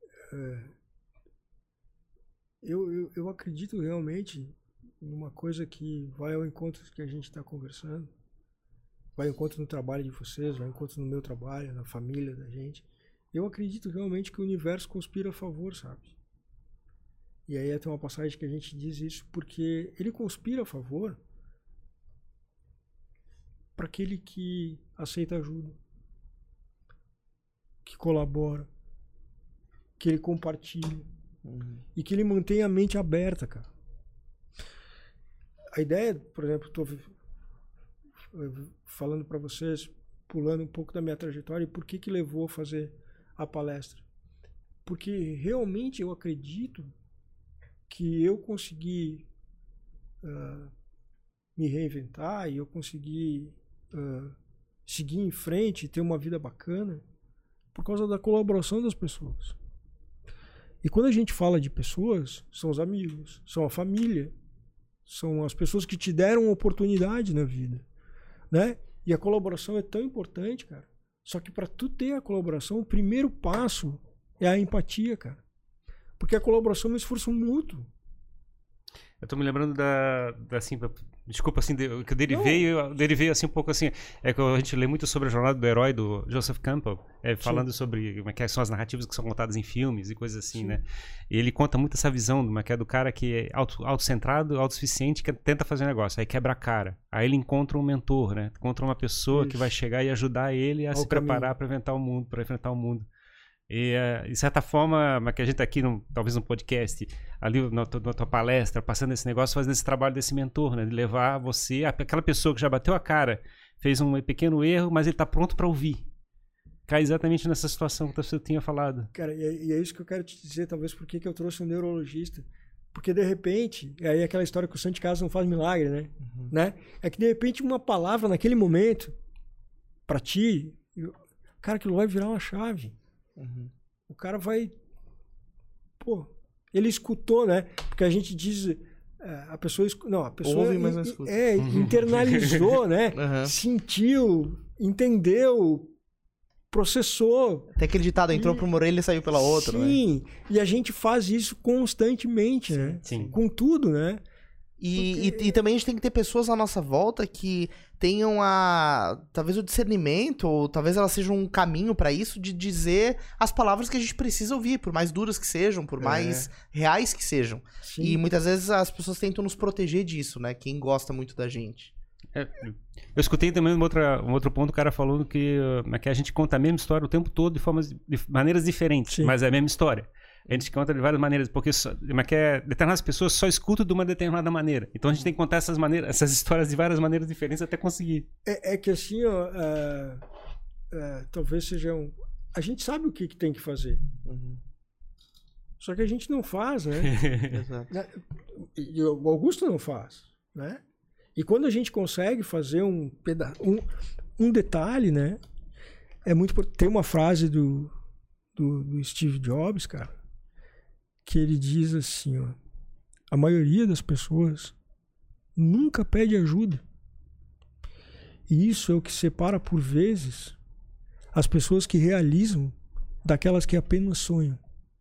Eu acredito realmente numa coisa que vai ao encontro que a gente está conversando. Vai ao encontro no trabalho de vocês, vai ao encontro no meu trabalho, na família da gente. Eu acredito realmente que o universo conspira a favor, sabe? E aí tem uma passagem que a gente diz isso porque ele conspira a favor para aquele que aceita ajuda, que colabora, que ele compartilha e que ele mantém a mente aberta, cara. A ideia, por exemplo, estou falando para vocês, pulando um pouco da minha trajetória, e por que levou a fazer a palestra. Porque realmente eu acredito que eu consegui me reinventar e eu consegui seguir em frente e ter uma vida bacana por causa da colaboração das pessoas. E quando a gente fala de pessoas, são os amigos, são a família, são as pessoas que te deram oportunidade na vida, né? E a colaboração é tão importante, cara. Só que para tu ter a colaboração, o primeiro passo é a empatia, cara. Porque a colaboração é um esforço mútuo. Eu tô me lembrando assim, desculpa, assim, que eu derivei assim um pouco assim, que a gente lê muito sobre a jornada do herói do Joseph Campbell, falando sobre como é que são as narrativas que são contadas em filmes e coisas assim, né? E ele conta muito essa visão do cara que é autocentrado, autossuficiente, que tenta fazer um negócio, aí quebra a cara. Aí ele encontra um mentor, né? Encontra uma pessoa que vai chegar e ajudar ele a se preparar para enfrentar o mundo. E, de certa forma, que a gente tá aqui, talvez no podcast, ali na tua palestra, passando esse negócio, fazendo esse trabalho desse mentor, né? De levar você, aquela pessoa que já bateu a cara, fez um pequeno erro, mas ele tá pronto para ouvir. Cai exatamente nessa situação que você tinha falado. Cara, e é isso que eu quero te dizer, talvez, por que eu trouxe um neurologista. Porque, de repente, aí aquela história que o santo de casa não faz milagre, né? Né? É que, de repente, uma palavra naquele momento, para ti, cara, aquilo vai virar uma chave. O cara vai... Pô, Ele escutou, né? Porque a gente diz... a pessoa... Não, a pessoa... Ouve, mas não escuta. Internalizou, né? Sentiu, entendeu, processou. Até aquele ditado, entrou por uma orelha e saiu pela outra, né? Sim, e a gente faz isso constantemente, né? Sim. Com tudo, né? E também a gente tem que ter pessoas à nossa volta que tenham talvez o discernimento, ou talvez elas sejam um caminho pra isso, de dizer as palavras que a gente precisa ouvir, por mais duras que sejam, por mais reais que sejam. Sim. E muitas vezes as pessoas tentam nos proteger disso, né? Quem gosta muito da gente. Eu escutei também um outro ponto, o cara falando que a gente conta a mesma história o tempo todo de maneiras diferentes, Sim. mas é a mesma história. A gente conta de várias maneiras, porque determinadas pessoas só escutam de uma determinada maneira. Então a gente tem que contar essas histórias de várias maneiras diferentes até conseguir. É que assim, ó, talvez sejam... A gente sabe o que tem que fazer. Só que a gente não faz, né? Exato. E o Augusto não faz, né? E quando a gente consegue fazer um detalhe, né? É muito... Tem uma frase do Steve Jobs, cara, que ele diz assim, ó: a maioria das pessoas nunca pede ajuda. E isso é o que separa, por vezes, as pessoas que realizam daquelas que apenas sonham.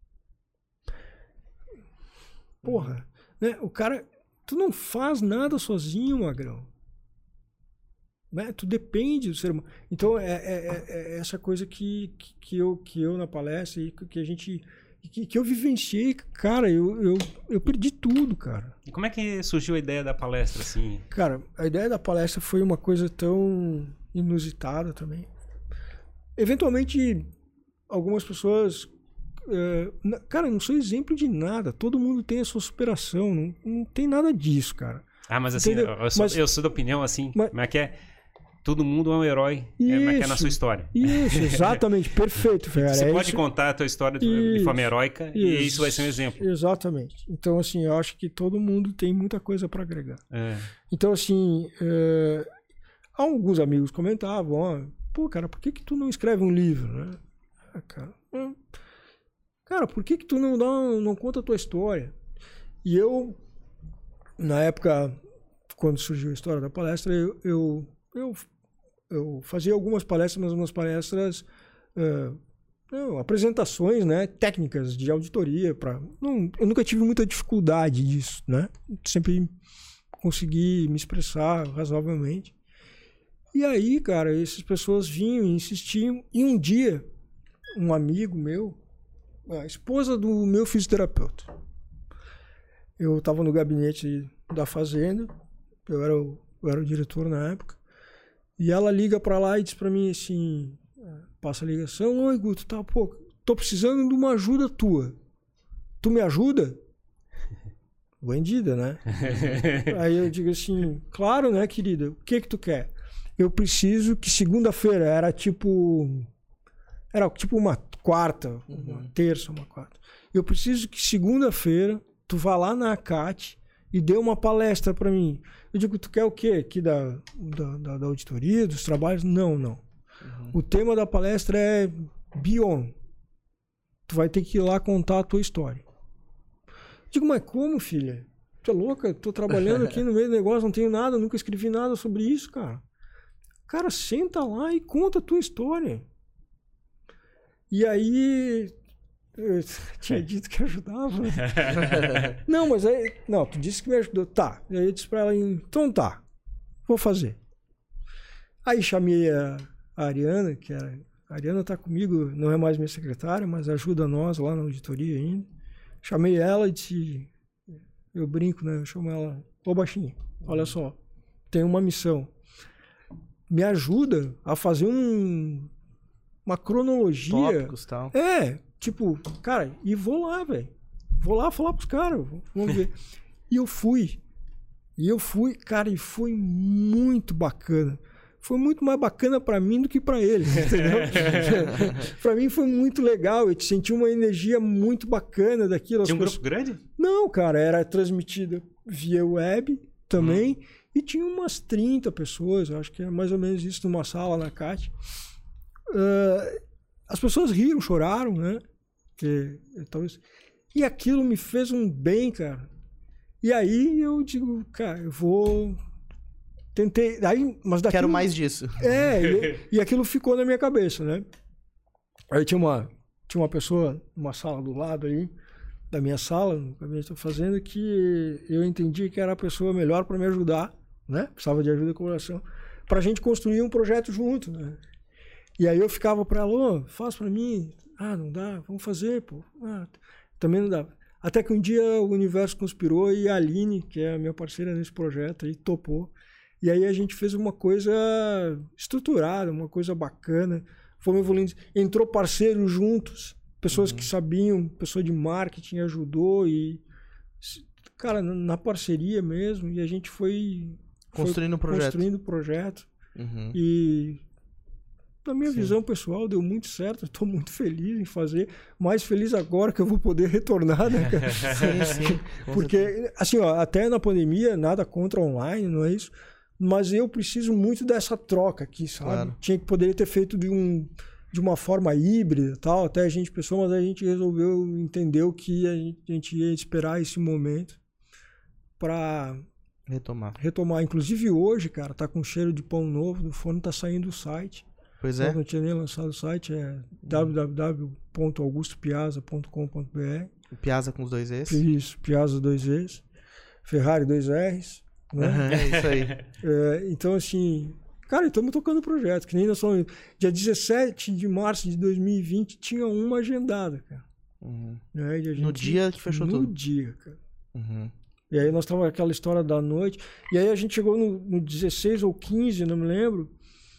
Porra, né? O cara... Tu não faz nada sozinho, Magrão. Né? Tu depende do ser humano. Então, é essa coisa que eu na palestra, e que a gente... Que eu vivenciei, cara, eu perdi tudo, cara. E como é que surgiu a ideia da palestra, assim? Cara, a ideia da palestra foi uma coisa tão inusitada também. Eventualmente, algumas pessoas... cara, eu não sou exemplo de nada. Todo mundo tem a sua superação. Não tem nada disso, cara. Ah, mas assim, eu sou da opinião, assim, mas que todo mundo é um herói, é na sua história. Isso, exatamente. Perfeito, Ferreira. Você pode contar a tua história de forma heróica e isso vai ser um exemplo. Exatamente. Então, assim, eu acho que todo mundo tem muita coisa para agregar. Então, assim, alguns amigos comentavam, ó, pô, cara, por que tu não escreve um livro, né? Cara, por que tu não conta a tua história? E eu, na época, quando surgiu a história da palestra, eu fazia algumas palestras, mas umas palestras, apresentações, né, técnicas de auditoria. Eu nunca tive muita dificuldade disso, né? Sempre consegui me expressar razoavelmente. E aí, cara, essas pessoas vinham e insistiam. E um dia, um amigo meu, a esposa do meu fisioterapeuta, eu estava no gabinete da fazenda, eu era o diretor na época, e ela liga para lá e diz para mim assim, passa a ligação: oi, Guto, tá, pô, tô precisando de uma ajuda tua. Tu me ajuda? Bandida, né? Aí eu digo assim: claro, né, querida? O que tu quer? Eu preciso que segunda-feira, era tipo uma quarta, uma terça, uma quarta. Eu preciso que segunda-feira tu vá lá na ACAT e dê uma palestra para mim. Eu digo: tu quer o quê? Aqui da auditoria, dos trabalhos? Não. O tema da palestra é Beyond. Tu vai ter que ir lá contar a tua história. Eu digo: mas como, filha? Tu é louca? Tô trabalhando aqui no meio do negócio, não tenho nada, nunca escrevi nada sobre isso, cara. Cara, senta lá e conta a tua história. E aí... Eu tinha dito que ajudava. Não, mas aí... Não, tu disse que me ajudou. Tá. E aí eu disse pra ela: então tá, vou fazer. Aí chamei a Ariana, a Ariana tá comigo, não é mais minha secretária, mas ajuda nós lá na auditoria ainda. Chamei ela e disse... Eu brinco, né? Eu chamo ela: ô baixinho, olha só, tem uma missão. Me ajuda a fazer uma cronologia. Tópicos, tal. Tipo, cara, e vou lá, velho. Vou lá falar pros caras, vamos ver. E eu fui, cara, e foi muito bacana. Foi muito mais bacana pra mim do que pra eles, entendeu? Pra mim foi muito legal, eu senti uma energia muito bacana daquilo. Tinha um grupo grande? Não, cara, era transmitida via web também. E tinha umas 30 pessoas, eu acho que era mais ou menos isso, numa sala na CAT. As pessoas riram, choraram, né? Talvez... E aquilo me fez um bem, cara. E aí eu digo, cara, eu vou... Tentei... Aí, mas daquilo... Quero mais disso. E aquilo ficou na minha cabeça, né? Aí tinha uma pessoa numa sala do lado aí, da minha sala, no que eu estou fazendo, que eu entendi que era a pessoa melhor para me ajudar, né? Precisava de ajuda e colaboração, para a gente construir um projeto junto, né? E aí eu ficava para ela, faz para mim. Ah, não dá, vamos fazer, pô. Ah, também não dá. Até que um dia o universo conspirou e a Aline, que é a minha parceira nesse projeto, aí topou. E aí a gente fez uma coisa estruturada, uma coisa bacana. Fomos evoluindo. Entrou parceiros juntos, pessoas que sabiam, pessoa de marketing ajudou e... Cara, na parceria mesmo. E a gente foi... Construindo o projeto. Construindo o projeto. E... Na minha visão pessoal, deu muito certo. Estou muito feliz em fazer. Mais feliz agora que eu vou poder retornar, né, cara? Sim. Porque, assim, ó, até na pandemia, nada contra online, não é isso? Mas eu preciso muito dessa troca aqui, sabe? Claro. Poderia ter feito de uma forma híbrida e tal, até a gente pensou, mas a gente resolveu, entendeu que a gente ia esperar esse momento para retomar. Inclusive hoje, cara, tá com cheiro de pão novo, do forno tá saindo o site. Pois é. Não tinha nem lançado o site, é www.augustopiazza.com.br. Piazza com os 2 Es. Isso, Piazza 2 Es. Ferrari 2 Rs. Né? É isso aí. Então, assim, cara, estamos tocando o projeto, que nem nós somos. Dia 17 de março de 2020 tinha uma agendada, cara. Né? E a gente, no dia que fechou tudo? No dia, cara. E aí nós estávamos aquela história da noite. E aí a gente chegou no 16 ou 15, não me lembro.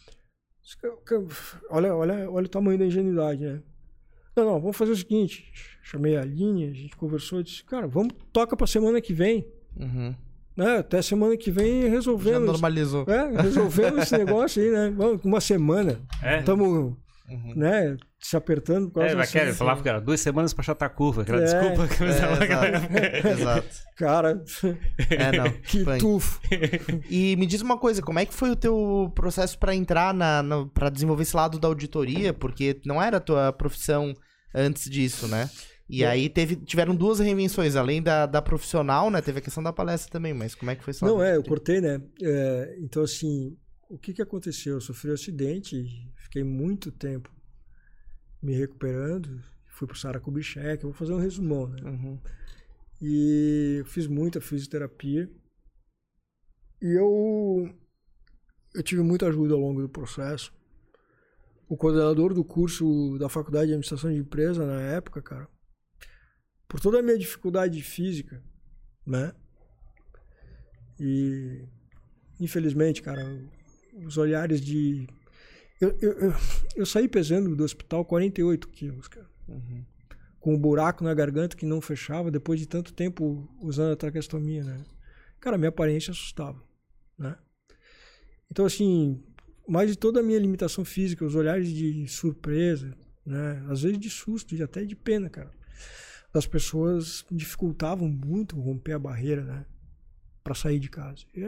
Olha o tamanho da ingenuidade, né? Não, vamos fazer o seguinte. Chamei a Aline, a gente conversou e disse, cara, toca pra semana que vem. Né? Até semana que vem resolvemos. Já normalizou. Resolvemos esse negócio aí, né? Vamos, uma semana. Estamos né, se apertando. Vai falava que era 2 semanas pra achatar a curva. Aquela desculpa. Exato. Cara, não. Que tufo. E me diz uma coisa, como é que foi o teu processo pra entrar pra desenvolver esse lado da auditoria? Porque não era a tua profissão antes disso, né? E aí tiveram 2 reinvenções, além da profissional, né? Teve a questão da palestra também, mas como é que foi isso? Não, eu cortei, né? Então, assim, o que aconteceu? Eu sofri um acidente, fiquei muito tempo me recuperando, fui pro Sara Kubitschek, eu vou fazer um resumão, né? E fiz muita fisioterapia. E eu tive muita ajuda ao longo do processo. O coordenador do curso da Faculdade de Administração de Empresa, na época, cara, por toda a minha dificuldade física, né? E, infelizmente, cara, os olhares de... Eu saí pesando do hospital 48 quilos, cara. Com um buraco na garganta que não fechava, depois de tanto tempo usando a traqueostomia, né? Cara, minha aparência assustava, né? Então, assim, mais de toda a minha limitação física, os olhares de surpresa, né? Às vezes de susto e até de pena, cara. As pessoas dificultavam muito romper a barreira, né? Pra sair de casa. E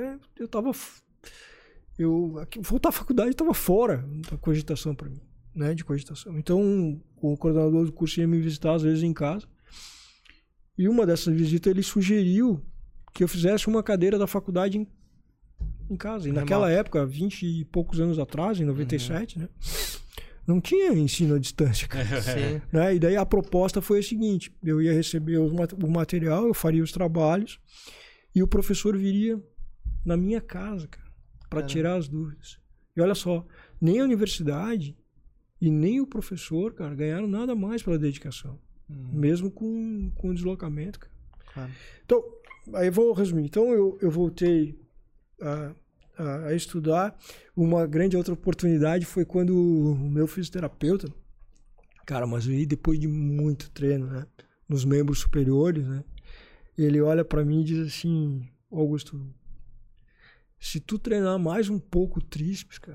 voltar à faculdade estava fora da cogitação para mim, né? De cogitação. Então, o coordenador do curso ia me visitar às vezes em casa. E uma dessas visitas ele sugeriu que eu fizesse uma cadeira da faculdade em casa. E naquela época, 20 e poucos anos atrás, em 97, né? Não tinha ensino à distância, cara. Né? E daí a proposta foi a seguinte: eu ia receber o material, eu faria os trabalhos e o professor viria na minha casa, cara, para tirar as dúvidas. E olha só, nem a universidade e nem o professor, cara, ganharam nada mais pela dedicação. Mesmo com o deslocamento, cara. Claro. Então, aí eu vou resumir. Então eu voltei a estudar. Uma grande outra oportunidade foi quando o meu fisioterapeuta, cara, mas aí depois de muito treino, né, nos membros superiores, né, ele olha para mim e diz assim: Augusto, se tu treinar mais um pouco o tríceps, cara,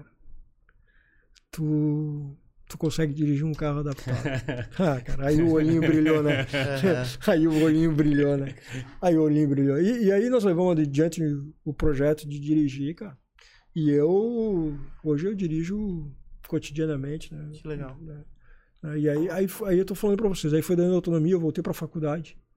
tu consegue dirigir um carro adaptado. Cara, aí o olhinho brilhou, né? Aí o olhinho brilhou, né? E aí nós levamos adiante o projeto de dirigir, cara. E hoje eu dirijo cotidianamente, né? Que legal. E aí eu tô falando pra vocês, aí foi dando autonomia, eu voltei pra faculdade,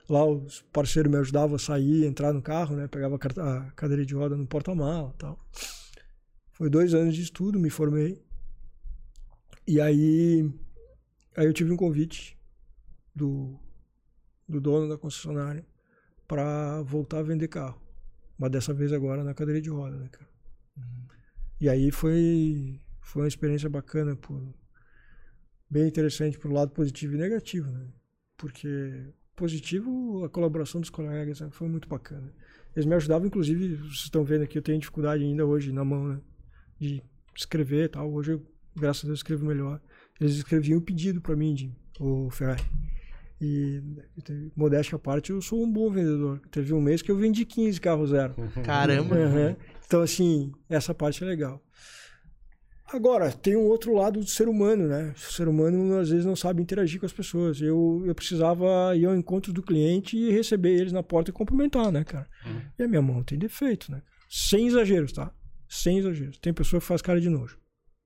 Lá os parceiros me ajudavam a sair, entrar no carro, né? Pegava a cadeira de roda no porta-mala e tal. Foi 2 anos de estudo, me formei. E aí eu tive um convite do dono da concessionária para voltar a vender carro. Mas dessa vez agora na cadeira de roda, né, cara? E aí foi uma experiência bacana, bem interessante pro lado positivo e negativo, né? Porque positivo, a colaboração dos colegas, né? Foi muito bacana. Eles me ajudavam, inclusive, vocês estão vendo aqui, eu tenho dificuldade ainda hoje na mão, né? De escrever e tal. Hoje eu, graças a Deus, escrevo melhor. Eles escreviam um pedido para mim, o Ferrari. E, modéstia à parte, eu sou um bom vendedor. Teve um mês que eu vendi 15 carros zero. Caramba! Uhum. Então, assim, essa parte é legal. Agora, tem um outro lado do ser humano, né? O ser humano, às vezes, não sabe interagir com as pessoas. Eu precisava ir ao encontro do cliente e receber eles na porta e cumprimentar, né, cara? E a minha mão tem defeito, né? Sem exageros, tá? Sem exageros. Tem pessoa que faz cara de nojo.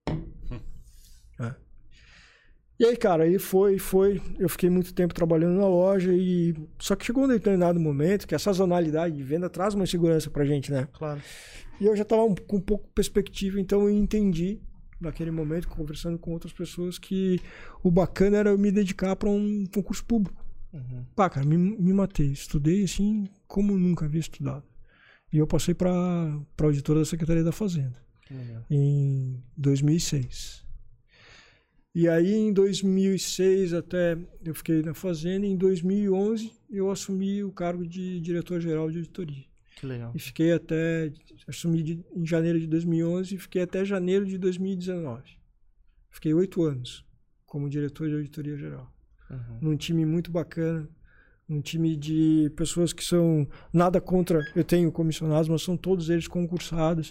E aí, cara, aí foi. Eu fiquei muito tempo trabalhando na loja e... Só que chegou um determinado momento que a sazonalidade de venda traz uma insegurança pra gente, né? Claro. E eu já tava com um pouco de perspectiva, então eu entendi, naquele momento, conversando com outras pessoas, que o bacana era eu me dedicar para um concurso público. Pá, cara, me matei. Estudei, assim, como nunca havia estudado. E eu passei para auditora da Secretaria da Fazenda. Em 2006. E aí, em 2006, até eu fiquei na Fazenda. Em 2011, eu assumi o cargo de diretor-geral de auditoria. Que legal. E fiquei assumi em janeiro de 2011 e fiquei até janeiro de 2019. Fiquei 8 anos como diretor de auditoria geral. Num time muito bacana, um time de pessoas que são nada contra, eu tenho comissionados, mas são todos eles concursados.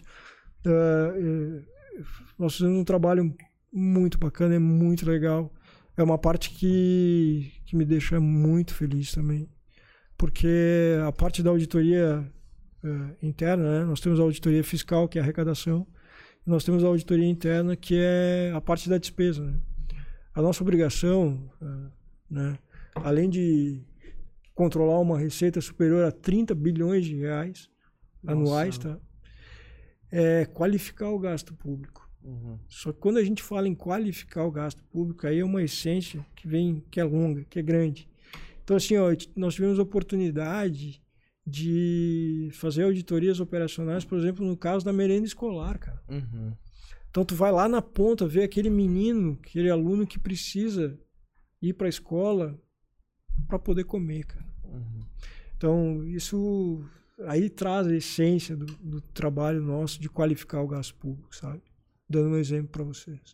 Nós fizemos um trabalho muito bacana, é muito legal. É uma parte que me deixa muito feliz também, porque a parte da auditoria interna, né? Nós temos a auditoria fiscal, que é a arrecadação, e nós temos a auditoria interna, que é a parte da despesa, né? A nossa obrigação, né? Além de controlar uma receita superior a 30 bilhões de reais anuais, tá? É qualificar o gasto público. Só que quando a gente fala em qualificar o gasto público, aí é uma essência que é longa, que é grande. Então, assim, ó, nós tivemos a oportunidade de fazer auditorias operacionais, por exemplo, no caso da merenda escolar, cara. Então, tu vai lá na ponta ver aquele menino, aquele aluno que precisa ir para a escola para poder comer, cara. Então, isso aí traz a essência do trabalho nosso de qualificar o gasto público, sabe? Dando um exemplo para vocês.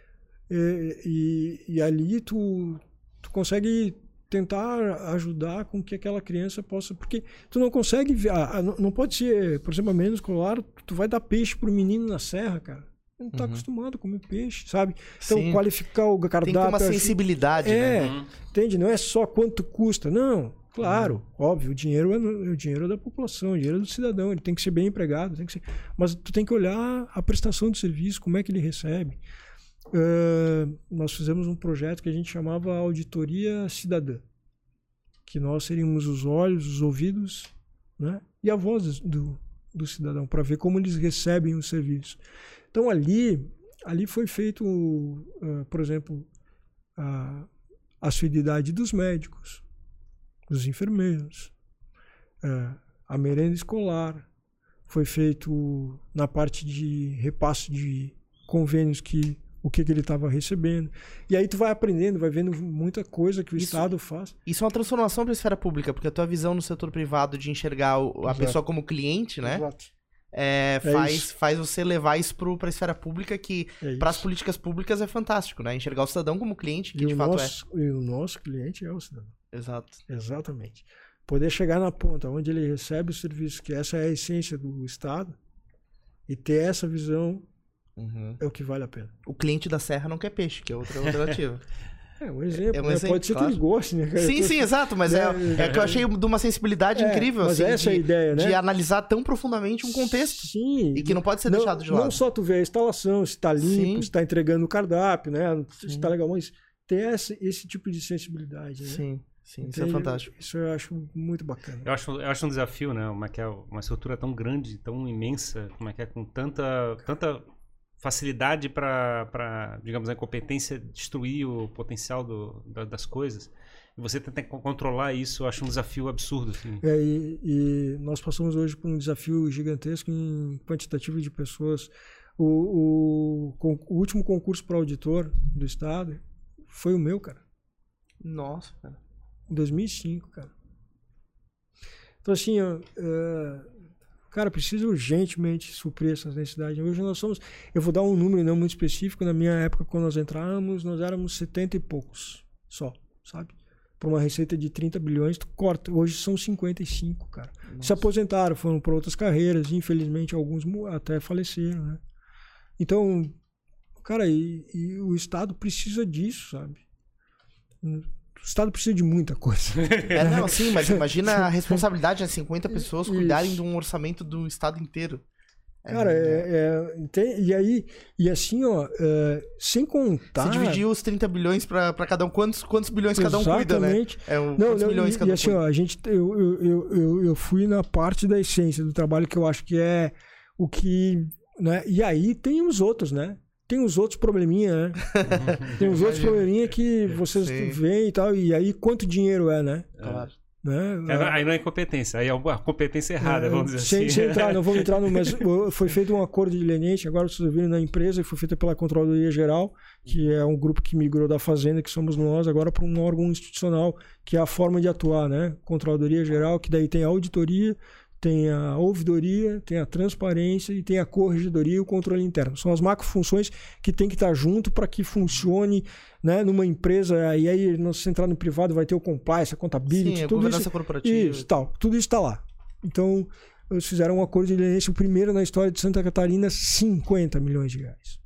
E ali tu consegue tentar ajudar com que aquela criança possa... Porque tu não consegue... não pode ser, por exemplo, a merenda escolar, tu vai dar peixe pro menino na serra, cara. Ele não tá acostumado a comer peixe, sabe? Então, sim, qualificar o cardápio... Tem que ter uma sensibilidade, né? Entende? Não é só quanto custa. Não, claro, óbvio, o dinheiro é o dinheiro da população, o dinheiro do cidadão, ele tem que ser bem empregado, tem que ser... mas tu tem que olhar a prestação do serviço, como é que ele recebe. Nós fizemos um projeto que a gente chamava Auditoria Cidadã, que nós seríamos os olhos, os ouvidos, né? E a voz do cidadão, para ver como eles recebem o serviço. Então ali foi feito, por exemplo, a assiduidade dos médicos, dos enfermeiros, a merenda escolar, foi feito na parte de repasse de convênios o que ele estava recebendo. E aí tu vai aprendendo, vai vendo muita coisa que o Estado faz. Isso é uma transformação para a esfera pública, porque a tua visão no setor privado de enxergar a pessoa como cliente, né? Exato. Faz você levar isso para a esfera pública, que para as políticas públicas é fantástico, né? Enxergar o cidadão como cliente, que de fato E o nosso cliente é o cidadão. Exato. Exatamente. Poder chegar na ponta, onde ele recebe o serviço, que essa é a essência do Estado, e ter essa visão é o que vale a pena. O cliente da serra não quer peixe, que é outra alternativa. Um exemplo, né? Pode ser, claro, que ele goste, né, cara? Sim, exato, mas é que eu achei de uma sensibilidade incrível, mas assim, essa é a ideia, né? De analisar tão profundamente um contexto. Sim. E que não pode ser deixado de lado. Não só tu vê a instalação, se está limpo, se está entregando o cardápio, né? Se está legal, mas ter esse tipo de sensibilidade, né? Sim. Sim, isso é fantástico. Isso eu acho muito bacana. Eu acho um desafio, né? Uma estrutura tão grande, tão imensa, com tanta facilidade para, digamos, a competência destruir o potencial das coisas. E você tentar controlar isso, eu acho um desafio absurdo. Assim. E nós passamos hoje por um desafio gigantesco em quantitativo de pessoas. O último concurso para auditor do Estado foi o meu, cara. Nossa, cara. Em 2005, cara. Então, assim, cara, precisa urgentemente suprir essas necessidades. Hoje nós somos... Eu vou dar um número não muito específico. Na minha época, quando nós entramos, nós éramos 70 e poucos só, sabe? Para uma receita de 30 bilhões, tu corta. Hoje são 55, cara. Nossa. Se aposentaram, foram para outras carreiras. Infelizmente, alguns até faleceram, né? Então, cara, e o Estado precisa disso, sabe? O Estado precisa de muita coisa. Não, sim, mas imagina a responsabilidade de 50 pessoas cuidarem de um orçamento do Estado inteiro. Cara, e assim, ó, sem contar... Se dividir os 30 bilhões para cada um, quantos bilhões cada um cuida, né? Quantos milhões cada um assim, cuida? Ó, eu fui na parte da essência do trabalho que eu acho que é o que... Né? E aí tem os outros, né? Tem os outros probleminha, né? Tem os outros probleminha que vocês veem e tal. E aí, quanto dinheiro é, né? Claro. Né? Aí não é incompetência, aí é a competência errada, vamos dizer assim. Sem entrar, não vamos entrar no... Mas foi feito um acordo de leniente, agora vocês viram na empresa, e foi feita pela Controladoria Geral, que é um grupo que migrou da Fazenda, que somos nós, agora para um órgão institucional, que é a forma de atuar, né? Controladoria Geral, que daí tem a auditoria, tem a ouvidoria, tem a transparência e tem a corregedoria e o controle interno. São as macrofunções que tem que estar junto para que funcione, né, numa empresa. E aí, se entrar no privado, vai ter o compliance, a contabilidade, sim, tudo a governança isso. corporativa. Isso, tal. Tudo isso está lá. Então, eles fizeram um acordo de leniência, o primeiro na história de Santa Catarina, 50 milhões de reais.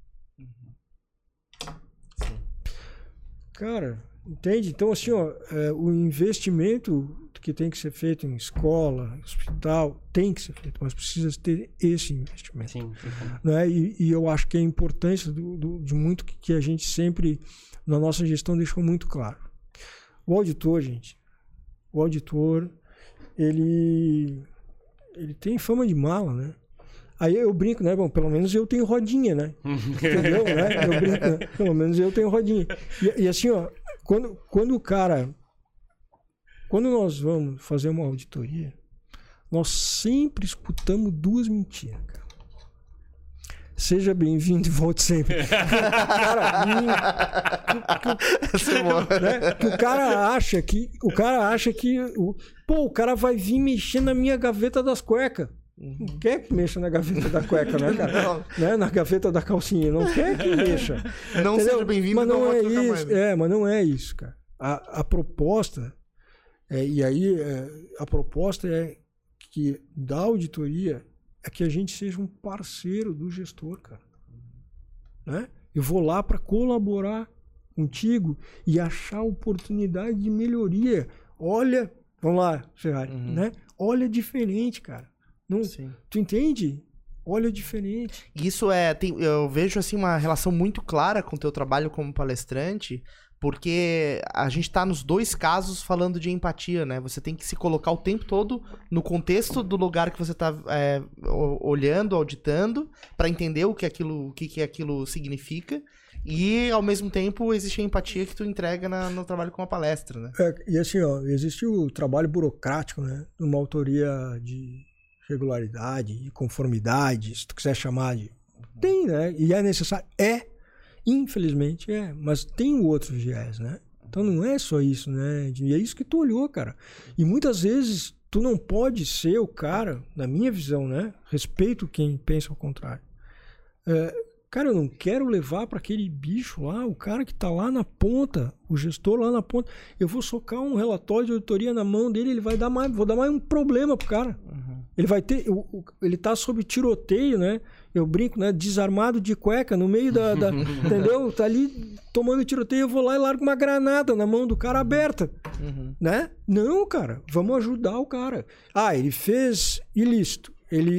Sim. Cara, entende? Então, assim, ó, o investimento que tem que ser feito em escola, hospital, tem que ser feito, mas precisa ter esse investimento. Sim. Né? E eu acho que a importância de muito que a gente sempre, na nossa gestão, deixou muito claro. O auditor, gente, ele tem fama de mala, né? Aí eu brinco, né? Bom, pelo menos eu tenho rodinha, né? Entendeu? Né? Eu brinco, né? Pelo menos eu tenho rodinha. E assim, ó, quando o cara... Quando nós vamos fazer uma auditoria, nós sempre escutamos duas mentiras, cara. Seja bem-vindo e volte sempre. O cara acha que o cara vai vir mexer na minha gaveta das cuecas. Não quer que mexa na gaveta da cueca, né, cara? Né? Na gaveta da calcinha. Não quer que mexa. Não entendeu? Seja bem-vindo, mas não é isso. Mais. Mas não é isso, cara. A proposta... a proposta é que da auditoria é que a gente seja um parceiro do gestor, cara. Né? Eu vou lá para colaborar contigo e achar oportunidade de melhoria. Olha, vamos lá, Ferrari, né? Olha diferente, cara. Não, tu entende? Olha diferente. Isso eu vejo assim uma relação muito clara com o teu trabalho como palestrante. Porque a gente tá nos dois casos falando de empatia, né? Você tem que se colocar o tempo todo no contexto do lugar que você tá olhando, auditando, para entender o que aquilo significa. E, ao mesmo tempo, existe a empatia que tu entrega no trabalho com a palestra, né? E assim, ó, existe o trabalho burocrático, né? Uma autoria de regularidade, de conformidade, se tu quiser chamar de... Tem, né? E é necessário. Infelizmente mas tem o outro viés, né? Então não é só isso, né? E é isso que tu olhou, cara. E muitas vezes tu não pode ser o cara, na minha visão, né? Respeito quem pensa ao contrário. Cara, eu não quero levar para aquele bicho lá, o cara que tá lá na ponta, o gestor lá na ponta. Eu vou socar um relatório de auditoria na mão dele, vou dar mais um problema pro cara. Ele vai ter, ele tá sob tiroteio, né? Eu brinco, né? Desarmado de cueca no meio da entendeu? Tá ali tomando tiroteio, eu vou lá e largo uma granada na mão do cara aberta, né? Não, cara, vamos ajudar o cara. Ele fez ilícito, ele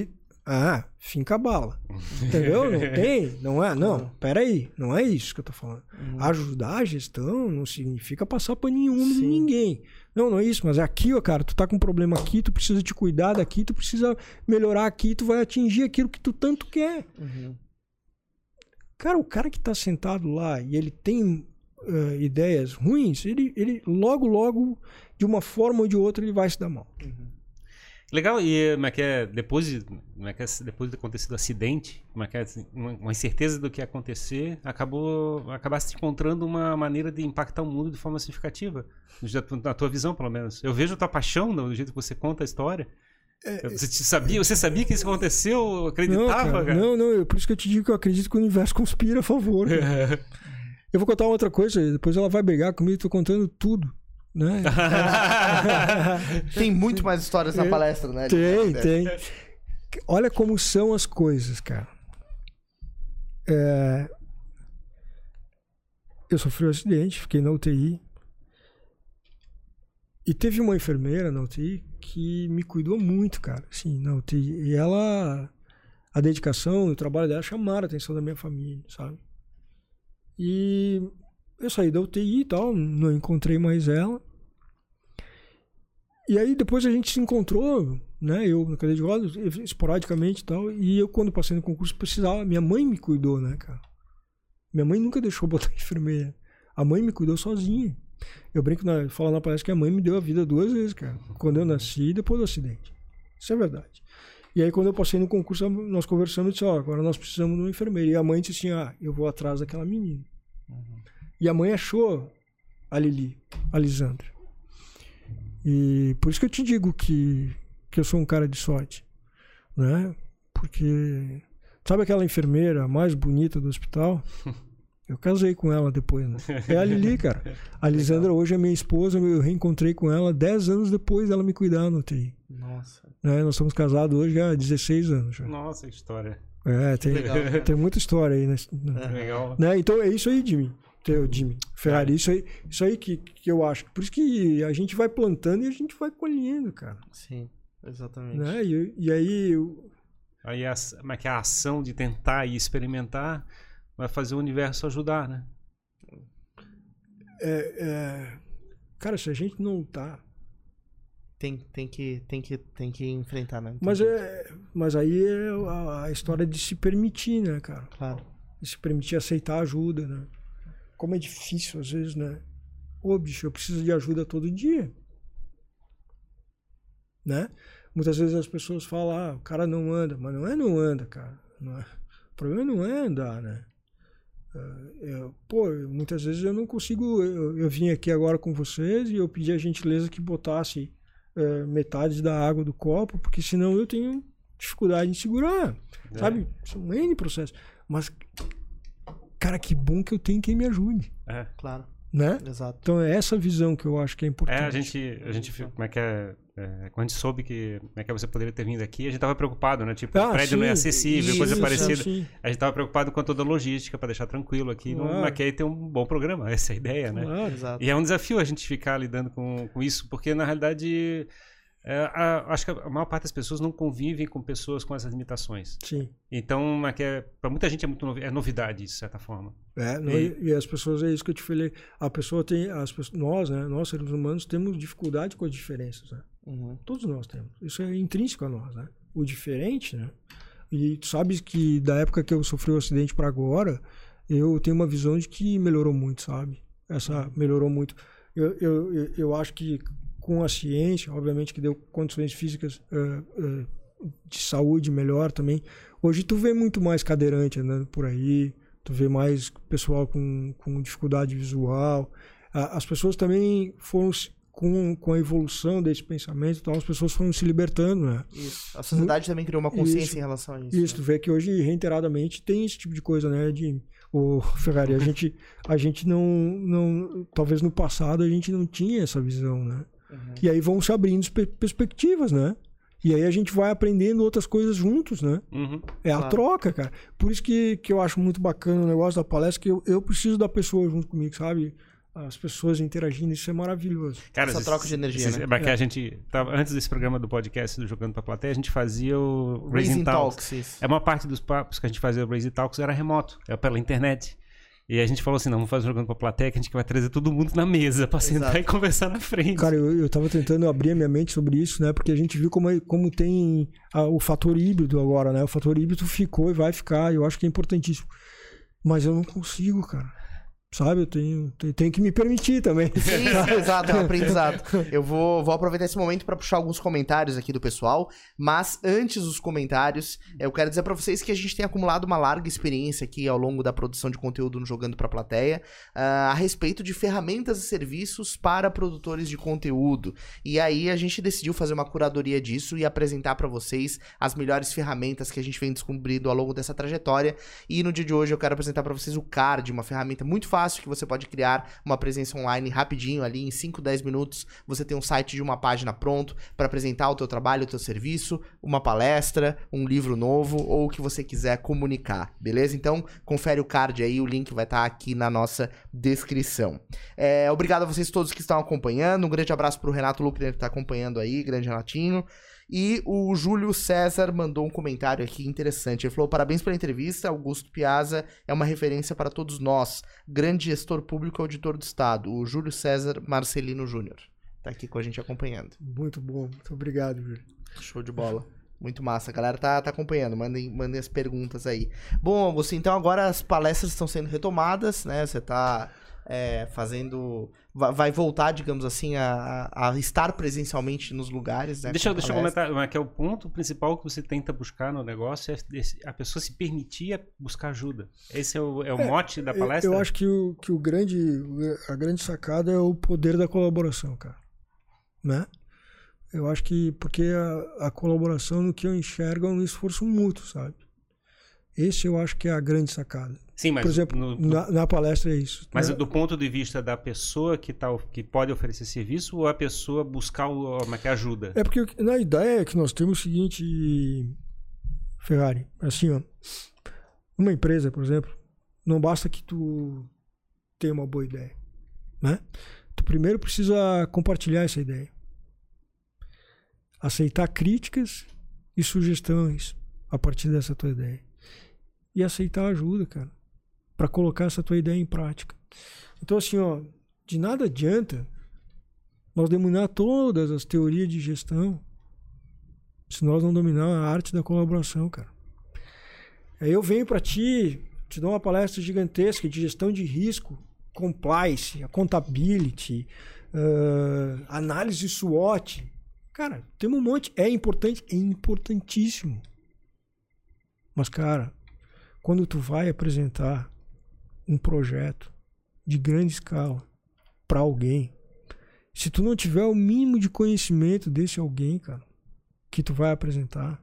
finca a bala. Entendeu? Não tem, não é? Não, peraí, não é isso que eu tô falando. Ajudar a gestão não significa passar para nenhum de ninguém. Não é isso, mas é aqui, ó, cara, tu tá com um problema aqui, tu precisa te cuidar daqui, tu precisa melhorar aqui, tu vai atingir aquilo que tu tanto quer. Cara, o cara que tá sentado lá e ele tem ideias ruins, ele logo, de uma forma ou de outra, ele vai se dar mal. Legal, e como é que é, depois de ter acontecido o acidente, como é que é, uma incerteza do que ia acontecer, acabaste encontrando uma maneira de impactar o mundo de forma significativa, na tua visão, pelo menos. Eu vejo a tua paixão no jeito que você conta a história. Você sabia que isso aconteceu? Acreditava, cara? Não, por isso que eu te digo que eu acredito que o universo conspira a favor. Eu vou contar outra coisa, depois ela vai brigar comigo, tô contando tudo. Né? Tem muito mais histórias na palestra, né? Tem. Olha como são as coisas, cara. Eu sofri um acidente, fiquei na UTI. E teve uma enfermeira na UTI que me cuidou muito, cara, assim, na UTI. E a dedicação e o trabalho dela chamaram a atenção da minha família, sabe? E eu saí da UTI e tal, não encontrei mais ela. E aí depois a gente se encontrou, né? Eu na cadeira de rodas, esporadicamente e tal. E eu, quando passei no concurso, precisava. Minha mãe me cuidou, né, cara? Minha mãe nunca deixou botar enfermeira. A mãe me cuidou sozinha. Eu brinco, falo na palestra que a mãe me deu a vida 2 vezes, cara. Quando eu nasci e depois do acidente. Isso é verdade. E aí quando eu passei no concurso, nós conversamos e disse, agora nós precisamos de uma enfermeira. E a mãe disse assim, eu vou atrás daquela menina. E a mãe achou a Lili, a Lisandra. E por isso que eu te digo que eu sou um cara de sorte, né? Porque sabe aquela enfermeira mais bonita do hospital? Eu casei com ela depois, né? É a Lili, cara. A Lisandra hoje é minha esposa, eu reencontrei com ela 10 anos depois dela me cuidar no UTI. Nossa. Né? Nós estamos casados hoje há 16 anos. Já. Nossa, que história. Tem muita história aí. Né? Legal. Né? Então é isso aí, Jimmy Ferrari, isso aí que eu acho. Por isso que a gente vai plantando e a gente vai colhendo, cara. Sim, exatamente. Né? E aí... Aí a ação de tentar e experimentar vai fazer o universo ajudar, né? Cara, se a gente não lutar... Tem que enfrentar, né? Mas aí é a história de se permitir, né, cara? Claro. De se permitir aceitar ajuda, né? Como é difícil às vezes, né? Bicho, eu preciso de ajuda todo dia. Né? Muitas vezes as pessoas falam, o cara não anda. Mas não anda, cara. Não é. O problema não é andar, né? Muitas vezes eu não consigo... Eu vim aqui agora com vocês e eu pedi a gentileza que botasse metade da água do copo, porque senão eu tenho dificuldade em segurar. Sabe? São N processos. Mas... Cara, que bom que eu tenho quem me ajude. Claro. Né? Exato. Então é essa visão que eu acho que é importante. A gente como é que quando a gente soube que você poderia ter vindo aqui, a gente estava preocupado, né? Tipo, o prédio não é acessível, coisa parecida. Sim. A gente estava preocupado com toda a logística para deixar tranquilo aqui. Mas quer ter um bom programa, essa é a ideia, né? Exato. E é um desafio a gente ficar lidando com isso, porque na realidade... acho que a maior parte das pessoas não convivem com pessoas com essas limitações. Sim. Então, para muita gente é novidade, de certa forma. E as pessoas, é isso que eu te falei. A pessoa tem, nós, né, nós seres humanos, temos dificuldade com as diferenças. Né? Todos nós temos. Isso é intrínseco a nós. Né? O diferente, né? E tu sabes que da época que eu sofri o acidente para agora, eu tenho uma visão de que melhorou muito, sabe? Melhorou muito. Eu acho que com a ciência, obviamente que deu condições físicas de saúde melhor também. Hoje tu vê muito mais cadeirante andando por aí, tu vê mais pessoal com dificuldade visual. As pessoas também foram, com a evolução desse pensamento, então as pessoas foram se libertando, né? Isso. A sociedade também criou uma consciência em relação a isso. Isso, né? Tu vê que hoje, reiteradamente, tem esse tipo de coisa, né? Ferrari, a gente não... Talvez no passado a gente não tinha essa visão, né? E aí vão se abrindo perspectivas, né? E aí a gente vai aprendendo outras coisas juntos, né? A troca, cara. Por isso que eu acho muito bacana o negócio da palestra, que eu preciso da pessoa junto comigo, sabe? as pessoas interagindo, isso é maravilhoso. Cara, essa troca de energia, né? Que a gente tava, antes desse programa do podcast do Jogando pra Plateia, a gente fazia o Raising Talks. Uma parte dos papos que a gente fazia o Raising Talks era remoto, era pela internet. E a gente falou assim, não, vamos fazer Jogando pra Plateia, que a gente vai trazer todo mundo na mesa pra sentar e conversar na frente. Cara, eu tava tentando abrir a minha mente sobre isso, né? Porque a gente viu como tem o fator híbrido agora, né? O fator híbrido ficou e vai ficar, eu acho que é importantíssimo. Mas eu não consigo, cara. Sabe, eu tenho que me permitir também. Sim, exato, é um aprendizado. Eu vou aproveitar esse momento para puxar alguns comentários aqui do pessoal, mas antes dos comentários, eu quero dizer para vocês que a gente tem acumulado uma larga experiência aqui ao longo da produção de conteúdo no Jogando pra Plateia, a respeito de ferramentas e serviços para produtores de conteúdo. E aí a gente decidiu fazer uma curadoria disso e apresentar para vocês as melhores ferramentas que a gente vem descobrindo ao longo dessa trajetória. E no dia de hoje eu quero apresentar para vocês o Card, uma ferramenta muito fácil que você pode criar uma presença online rapidinho ali, em 5, 10 minutos, você tem um site de uma página pronto para apresentar o teu trabalho, o teu serviço, uma palestra, um livro novo ou o que você quiser comunicar, beleza? Então, confere o card aí, o link vai estar aqui na nossa descrição. Obrigado a vocês todos que estão acompanhando, um grande abraço pro Renato Luckner que está acompanhando aí, grande Renatinho. E o Júlio César mandou um comentário aqui interessante. Ele falou: parabéns pela entrevista, Augusto Piazza é uma referência para todos nós. Grande gestor público e auditor do Estado. O Júlio César Marcelino Júnior tá aqui com a gente acompanhando. Muito bom, muito obrigado, Júlio. Show de bola. Muito massa, a galera tá acompanhando, mandem as perguntas aí. Bom, Augusto, então agora as palestras estão sendo retomadas, né? Você tá fazendo... Vai voltar, digamos assim, a estar presencialmente nos lugares, né? Deixa eu comentar, que é o ponto principal que você tenta buscar no negócio, é a pessoa se permitir buscar ajuda. Esse é o mote da palestra? Eu acho que a grande sacada é o poder da colaboração, cara. Né? Eu acho que, porque a colaboração no que eu enxergo é um esforço mútuo, sabe? Esse eu acho que é a grande sacada. Sim, mas por exemplo, na palestra é isso. Mas do ponto de vista da pessoa que pode oferecer serviço ou a pessoa buscar que ajuda? É porque na ideia é que nós temos o seguinte, Ferrari, assim, ó, uma empresa, por exemplo, não basta que tu tenha uma boa ideia, né? Tu primeiro precisa compartilhar essa ideia, aceitar críticas e sugestões a partir dessa tua ideia e aceitar ajuda, cara, para colocar essa tua ideia em prática. Então, assim, ó, de nada adianta nós dominar todas as teorias de gestão se nós não dominar a arte da colaboração, cara. Aí eu venho para te dou uma palestra gigantesca de gestão de risco, compliance, accountability, análise SWOT. Cara, tem um monte. É importante, é importantíssimo. Mas, cara, quando tu vai apresentar um projeto de grande escala para alguém, se tu não tiver o mínimo de conhecimento desse alguém, cara, que tu vai apresentar,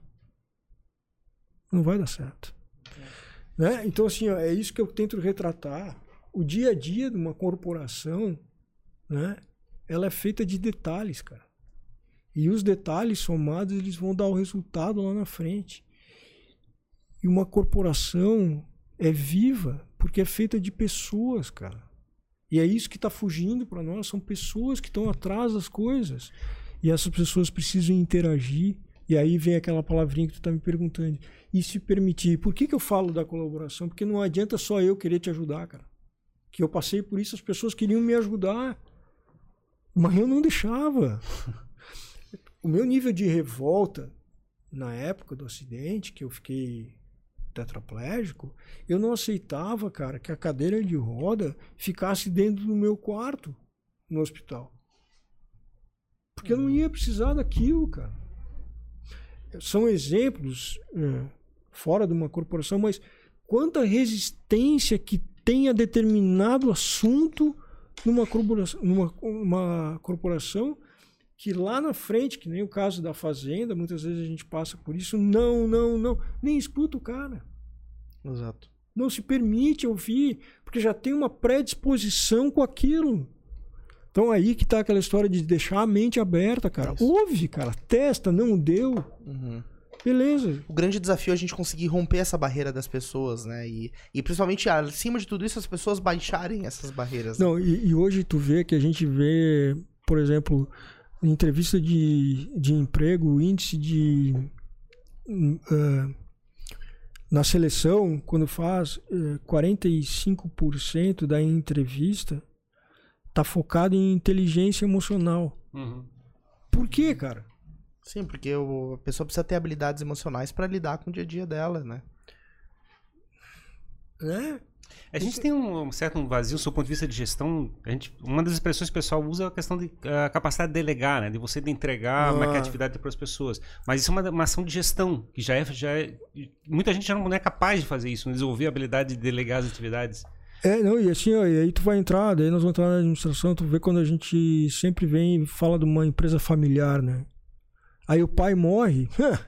não vai dar certo. Né? Então, assim, ó, é isso que eu tento retratar. O dia a dia de uma corporação, né, ela é feita de detalhes, cara. E os detalhes somados, eles vão dar o resultado lá na frente. E uma corporação é viva porque é feita de pessoas, cara. E é isso que está fugindo para nós. São pessoas que estão atrás das coisas. E essas pessoas precisam interagir. E aí vem aquela palavrinha que tu está me perguntando. E se permitir. Por que eu falo da colaboração? Porque não adianta só eu querer te ajudar, cara. Que eu passei por isso, as pessoas queriam me ajudar. Mas eu não deixava. O meu nível de revolta, na época do acidente, que eu fiquei tetraplégico, eu não aceitava, cara, que a cadeira de roda ficasse dentro do meu quarto no hospital. Porque eu não ia precisar daquilo, cara. São exemplos fora de uma corporação, mas quanta resistência que tem a determinado assunto numa corporação que lá na frente, que nem o caso da fazenda, muitas vezes a gente passa por isso, não, nem escuta o cara. Exato. Não se permite ouvir, porque já tem uma predisposição com aquilo. Então aí que tá aquela história de deixar a mente aberta, cara. Isso. Ouve, cara, testa, não deu. Beleza. O grande desafio é a gente conseguir romper essa barreira das pessoas, né? E principalmente, acima de tudo isso, as pessoas baixarem essas barreiras. Né? Não, e hoje tu vê que a gente vê, por exemplo, em entrevista de emprego, o índice de... na seleção, quando faz 45% da entrevista tá focado em inteligência emocional. Uhum. Por quê, cara? Sim, porque a pessoa precisa ter habilidades emocionais para lidar com o dia a dia dela, né? A gente tem um certo vazio, do seu ponto de vista de gestão. Uma das expressões que o pessoal usa é a questão de capacidade de delegar, né? De você entregar uma criatividade para as pessoas. Mas isso é uma ação de gestão, que já é. Muita gente já não é capaz de fazer isso, desenvolver a habilidade de delegar as atividades. Não, e assim, ó, e aí tu vai entrar, daí nós vamos entrar na administração, tu vê quando a gente sempre vem e fala de uma empresa familiar, né? Aí o pai morre,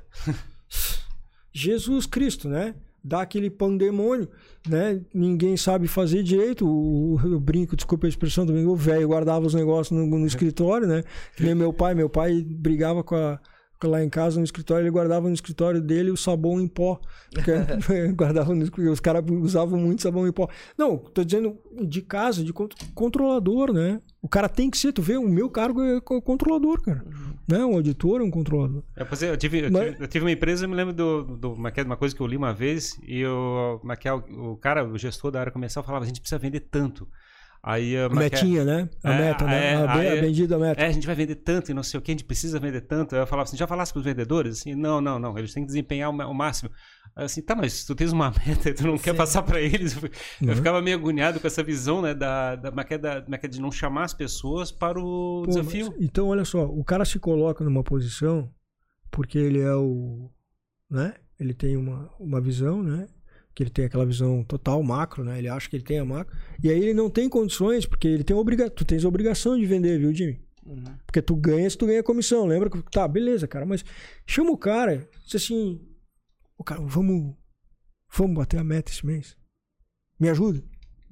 Jesus Cristo, né? Dá aquele pandemônio, né? Ninguém sabe fazer direito, eu brinco, desculpa a expressão também, o velho guardava os negócios no escritório, né? Que nem meu pai brigava lá em casa no escritório, ele guardava no escritório dele o sabão em pó. Guardava os caras usavam muito sabão em pó. Não, tô dizendo de casa, de controlador, né? O cara tem que ser, tu vê, o meu cargo é controlador, cara. Né? Um auditor é um controlador. Eu tive uma empresa, eu me lembro de uma coisa que eu li uma vez, e o gestor da área comercial falava, a gente precisa vender tanto. Aí, a metinha, né? A meta, né? A bendita meta. A gente vai vender tanto e não sei o que, a gente precisa vender tanto. Aí eu falava assim, já falasse com os vendedores? Assim, não, eles têm que desempenhar o máximo. Aí assim, tá, mas tu tens uma meta e tu não quer passar para eles. Eu ficava meio agoniado com essa visão, né, de não chamar as pessoas para o desafio. Então, olha só, o cara se coloca numa posição porque ele é né? Ele tem uma visão, né? Que ele tem aquela visão total macro, né? Ele acha que ele tem a macro. E aí ele não tem condições, porque ele tem tu tens a obrigação de vender, viu, Jimmy? Uhum. Porque tu ganha se tu ganha comissão. Lembra que tá, beleza, cara, mas chama o cara, diz assim, cara, vamos bater a meta esse mês. Me ajuda.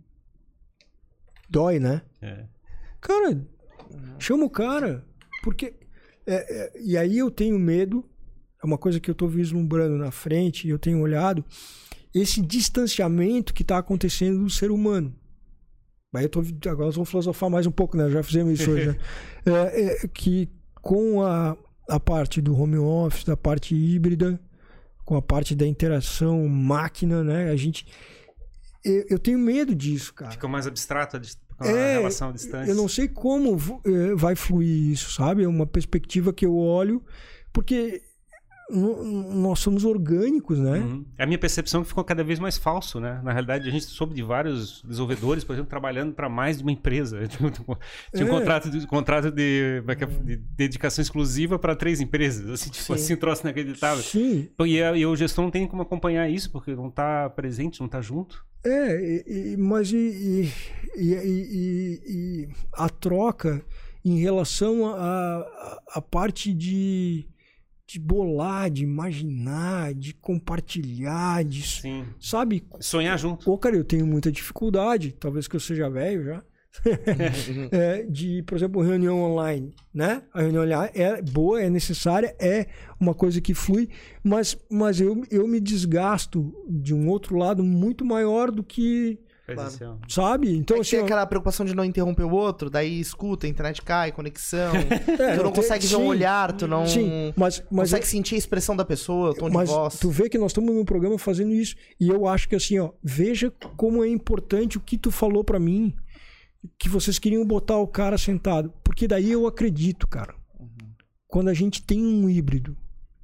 Dói, né? Cara, chama o cara, porque e aí eu tenho medo, é uma coisa que eu tô vislumbrando na frente, eu tenho olhado esse distanciamento que está acontecendo do ser humano. Aí agora nós vamos filosofar mais um pouco, né? Já fizemos isso hoje. Né? Que com a parte do home office, da parte híbrida, com a parte da interação máquina, né? Eu tenho medo disso, cara. Fica mais abstrato a relação à distância. Eu não sei como vai fluir isso, sabe? É uma perspectiva que eu olho, porque nós somos orgânicos, né? Uhum. É a minha percepção que ficou cada vez mais falso, né? Na realidade, a gente soube de vários desenvolvedores, por exemplo, trabalhando para mais de uma empresa. Tinha um contrato de dedicação exclusiva para 3 empresas. Assim, tipo assim, um troço inacreditável. Sim. E o gestor não tem como acompanhar isso, porque não está presente, não está junto. Mas a troca em relação à parte de bolar, de imaginar, de compartilhar, Sim. Sabe? Sonhar junto. Cara, eu tenho muita dificuldade, talvez que eu seja velho já, de, por exemplo, reunião online, né? A reunião online é boa, é necessária, é uma coisa que flui, mas eu me desgasto de um outro lado muito maior do que... Claro. Sabe? Então, assim, tem aquela preocupação de não interromper o outro, daí escuta, a internet cai, conexão, tu não consegue ver um olhar, tu não consegue sentir a expressão da pessoa, o tom de voz. Tu vê que nós estamos num programa fazendo isso, e eu acho que assim, ó, veja como é importante o que tu falou pra mim, que vocês queriam botar o cara sentado, porque daí eu acredito, cara, quando a gente tem um híbrido.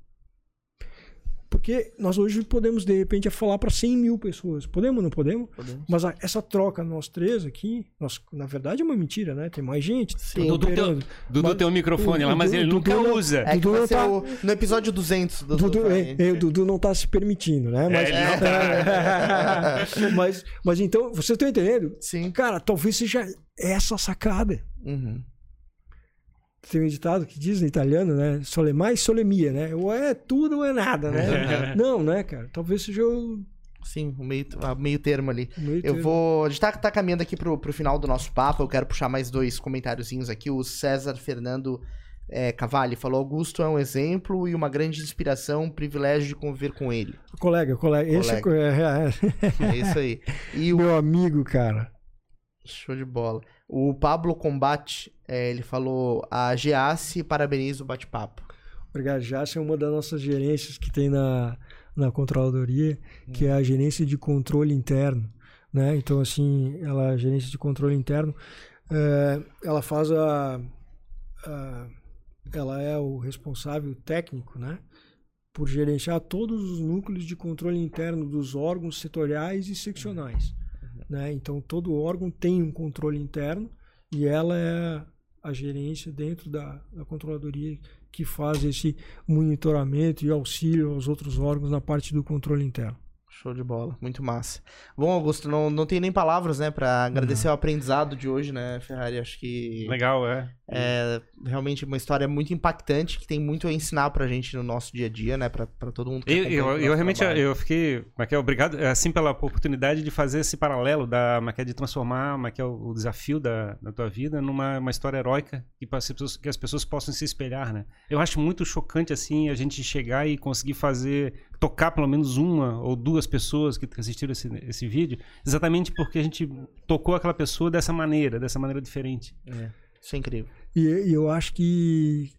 Porque nós hoje podemos, de repente, falar para 100 mil pessoas. Podemos ou não podemos? Podemos. Mas essa troca, nós 3 aqui, na verdade é uma mentira, né? Tem mais gente. O Dudu tem um microfone lá, mas ele nunca usa. É que vai ser no episódio 200 do o Dudu não está se permitindo, né? Mas então, vocês estão entendendo? Sim. Cara, talvez seja essa a sacada. Uhum. Tem um ditado que diz em italiano, né? Sole mais, sole mia, né? Ou é tudo ou é nada, né? Não, né, cara? Talvez seja o... Sim, o meio termo ali. A gente tá caminhando aqui pro final do nosso papo. Eu quero puxar mais 2 comentáriozinhos aqui. O César Fernando Cavalli falou: Augusto é um exemplo e uma grande inspiração, um privilégio de conviver com ele. Colega. Esse É isso aí. E meu amigo, cara. Show de bola. O Pablo Combate, ele falou: a Geace parabeniza o bate-papo. Obrigado. Geace é uma das nossas gerências que tem na controladoria, que é a gerência de controle interno, né? Então, assim, ela, a gerência de controle interno, ela faz ela é o responsável técnico, né, por gerenciar todos os núcleos de controle interno dos órgãos setoriais e seccionais, né? Então todo órgão tem um controle interno e ela é a gerência dentro da controladoria que faz esse monitoramento e auxílio aos outros órgãos na parte do controle interno. Show de bola, muito massa. Bom, Augusto, não tenho nem palavras, né, para agradecer o aprendizado de hoje, né, Ferrari? Acho que legal, é realmente uma história muito impactante que tem muito a ensinar pra gente no nosso dia a dia, né, pra todo mundo que eu realmente eu fiquei, obrigado assim pela oportunidade de fazer esse paralelo de transformar o desafio da tua vida numa história heróica que as pessoas possam se espelhar, né? Eu acho muito chocante assim a gente chegar e conseguir tocar pelo menos uma ou duas pessoas que assistiram esse vídeo, exatamente porque a gente tocou aquela pessoa dessa maneira diferente. Isso é incrível. E eu acho que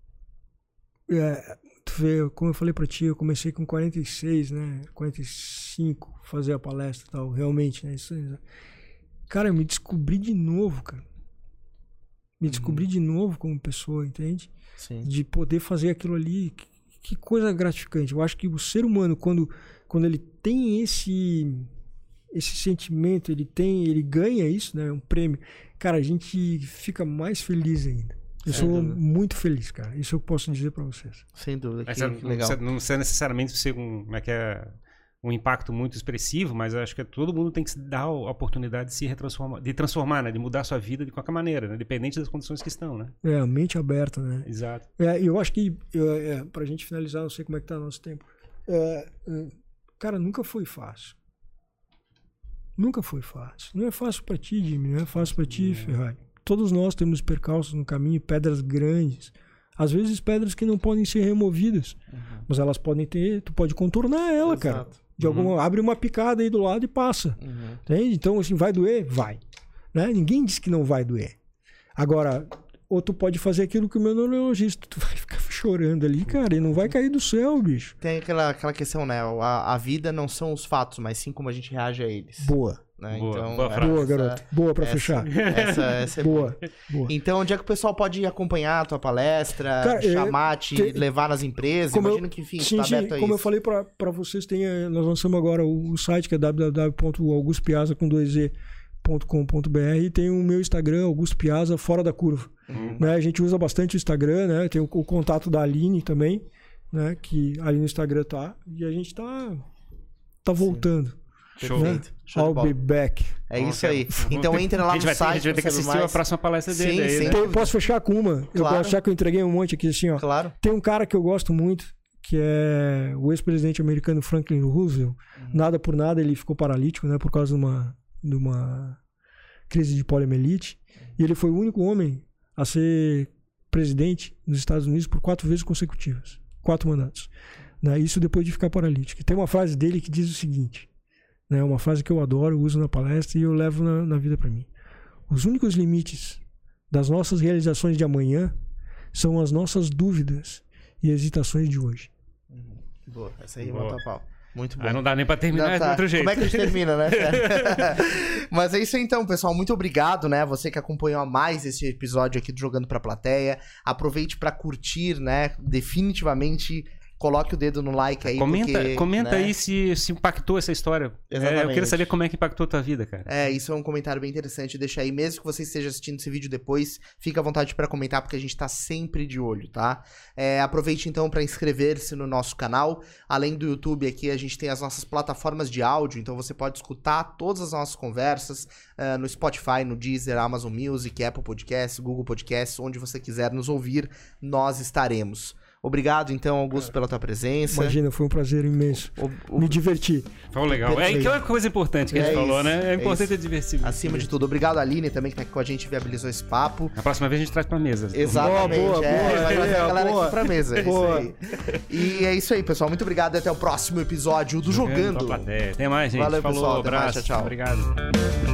tu vê, como eu falei pra ti, eu comecei com 46, né, 45, fazer a palestra e tal, realmente, né, isso, cara, eu me descobri de novo, cara. Me descobri de novo como pessoa, entende? Sim. De poder fazer aquilo ali. Que coisa gratificante. Eu acho que o ser humano, quando ele tem esse sentimento, ele ganha isso, né? Um prêmio. Cara, a gente fica mais feliz ainda. Eu sou muito feliz, cara. Isso eu posso dizer pra vocês. Sem dúvida. Que legal. Não precisa necessariamente ser um impacto muito expressivo, mas eu acho que todo mundo tem que se dar a oportunidade de se transformar, né? De mudar a sua vida de qualquer maneira, né? Independente das condições que estão, né? A mente aberta, né? Exato. Eu acho que, pra gente finalizar, não sei como é que tá o nosso tempo. Cara, nunca foi fácil. Nunca foi fácil. Não é fácil pra ti, Jimmy, não é fácil pra ti, Ferrari. Todos nós temos percalços no caminho, pedras grandes. Às vezes pedras que não podem ser removidas, mas elas podem tu pode contornar ela, cara. De abre uma picada aí do lado e passa. Entende? Então, assim, vai doer? Vai. Né? Ninguém disse que não vai doer. Agora, ou tu pode fazer aquilo que o meu neurologista, tu vai ficar chorando ali, cara, e não vai cair do céu, bicho. Tem aquela questão, né? A vida não são os fatos, mas sim como a gente reage a eles. Boa. Né? Boa, então, boa, garoto. Boa pra fechar. Essa é boa. Então, onde é que o pessoal pode acompanhar a tua palestra, cara, levar nas empresas? Imagino que, enfim, tá aberto a isso. Como eu falei pra vocês, nós lançamos agora o site, que é www.augustopiazza.com.br, e tem o meu Instagram, Augusto Piazza, Fora da Curva. Né? A gente usa bastante o Instagram, né? Tem o contato da Aline também, né? Que ali no Instagram tá, e a gente tá voltando. Show. Né? I'll be back. É isso aí. Então entra lá no site. A gente vai ter que assistir a próxima palestra dele. Sim, né? Posso fechar com uma? Claro. Já que eu entreguei um monte aqui, assim, ó. Claro. Tem um cara que eu gosto muito, que é o ex-presidente americano Franklin Roosevelt. Nada por nada, ele ficou paralítico, né? Por causa de uma crise de poliomielite. E ele foi o único homem a ser presidente nos Estados Unidos por 4 vezes consecutivas. 4 mandatos. Né? Isso depois de ficar paralítico. E tem uma frase dele que diz o seguinte... É uma frase que eu adoro, eu uso na palestra e eu levo na vida para mim. Os únicos limites das nossas realizações de amanhã são as nossas dúvidas e hesitações de hoje. Boa, essa aí bota a pau. Muito bom. Aí não dá nem pra terminar de outro jeito. Como é que a gente termina, né? Mas é isso aí, então, pessoal. Muito obrigado, né? Você que acompanhou mais esse episódio aqui do Jogando Pra Plateia. Aproveite pra curtir, né? Definitivamente... Coloque o dedo no like aí. Comenta né? aí se impactou essa história. Exatamente. Eu quero saber como é que impactou a tua vida, cara. Isso é um comentário bem interessante. Deixa aí, mesmo que você esteja assistindo esse vídeo depois, fica à vontade para comentar, porque a gente tá sempre de olho, tá? Aproveite então para inscrever-se no nosso canal. Além do YouTube aqui, a gente tem as nossas plataformas de áudio, então você pode escutar todas as nossas conversas no Spotify, no Deezer, Amazon Music, Apple Podcasts, Google Podcasts, onde você quiser nos ouvir, nós estaremos. Obrigado, então, Augusto, pela tua presença. Imagina, foi um prazer imenso. Me diverti. Foi legal. Que é uma coisa importante que a gente falou, né? É importante a diversão. Acima de tudo. Obrigado, Aline, também, que tá aqui com a gente e viabilizou esse papo. Na próxima vez a gente traz pra mesa. Exatamente. Boa, vai trazer a galera aqui pra mesa. Boa. Isso aí. E é isso aí, pessoal. Muito obrigado e até o próximo episódio do Jogando. Até mais, gente. Valeu, Falou, pessoal. Até abraço. mais. Tchau, tchau. Obrigado.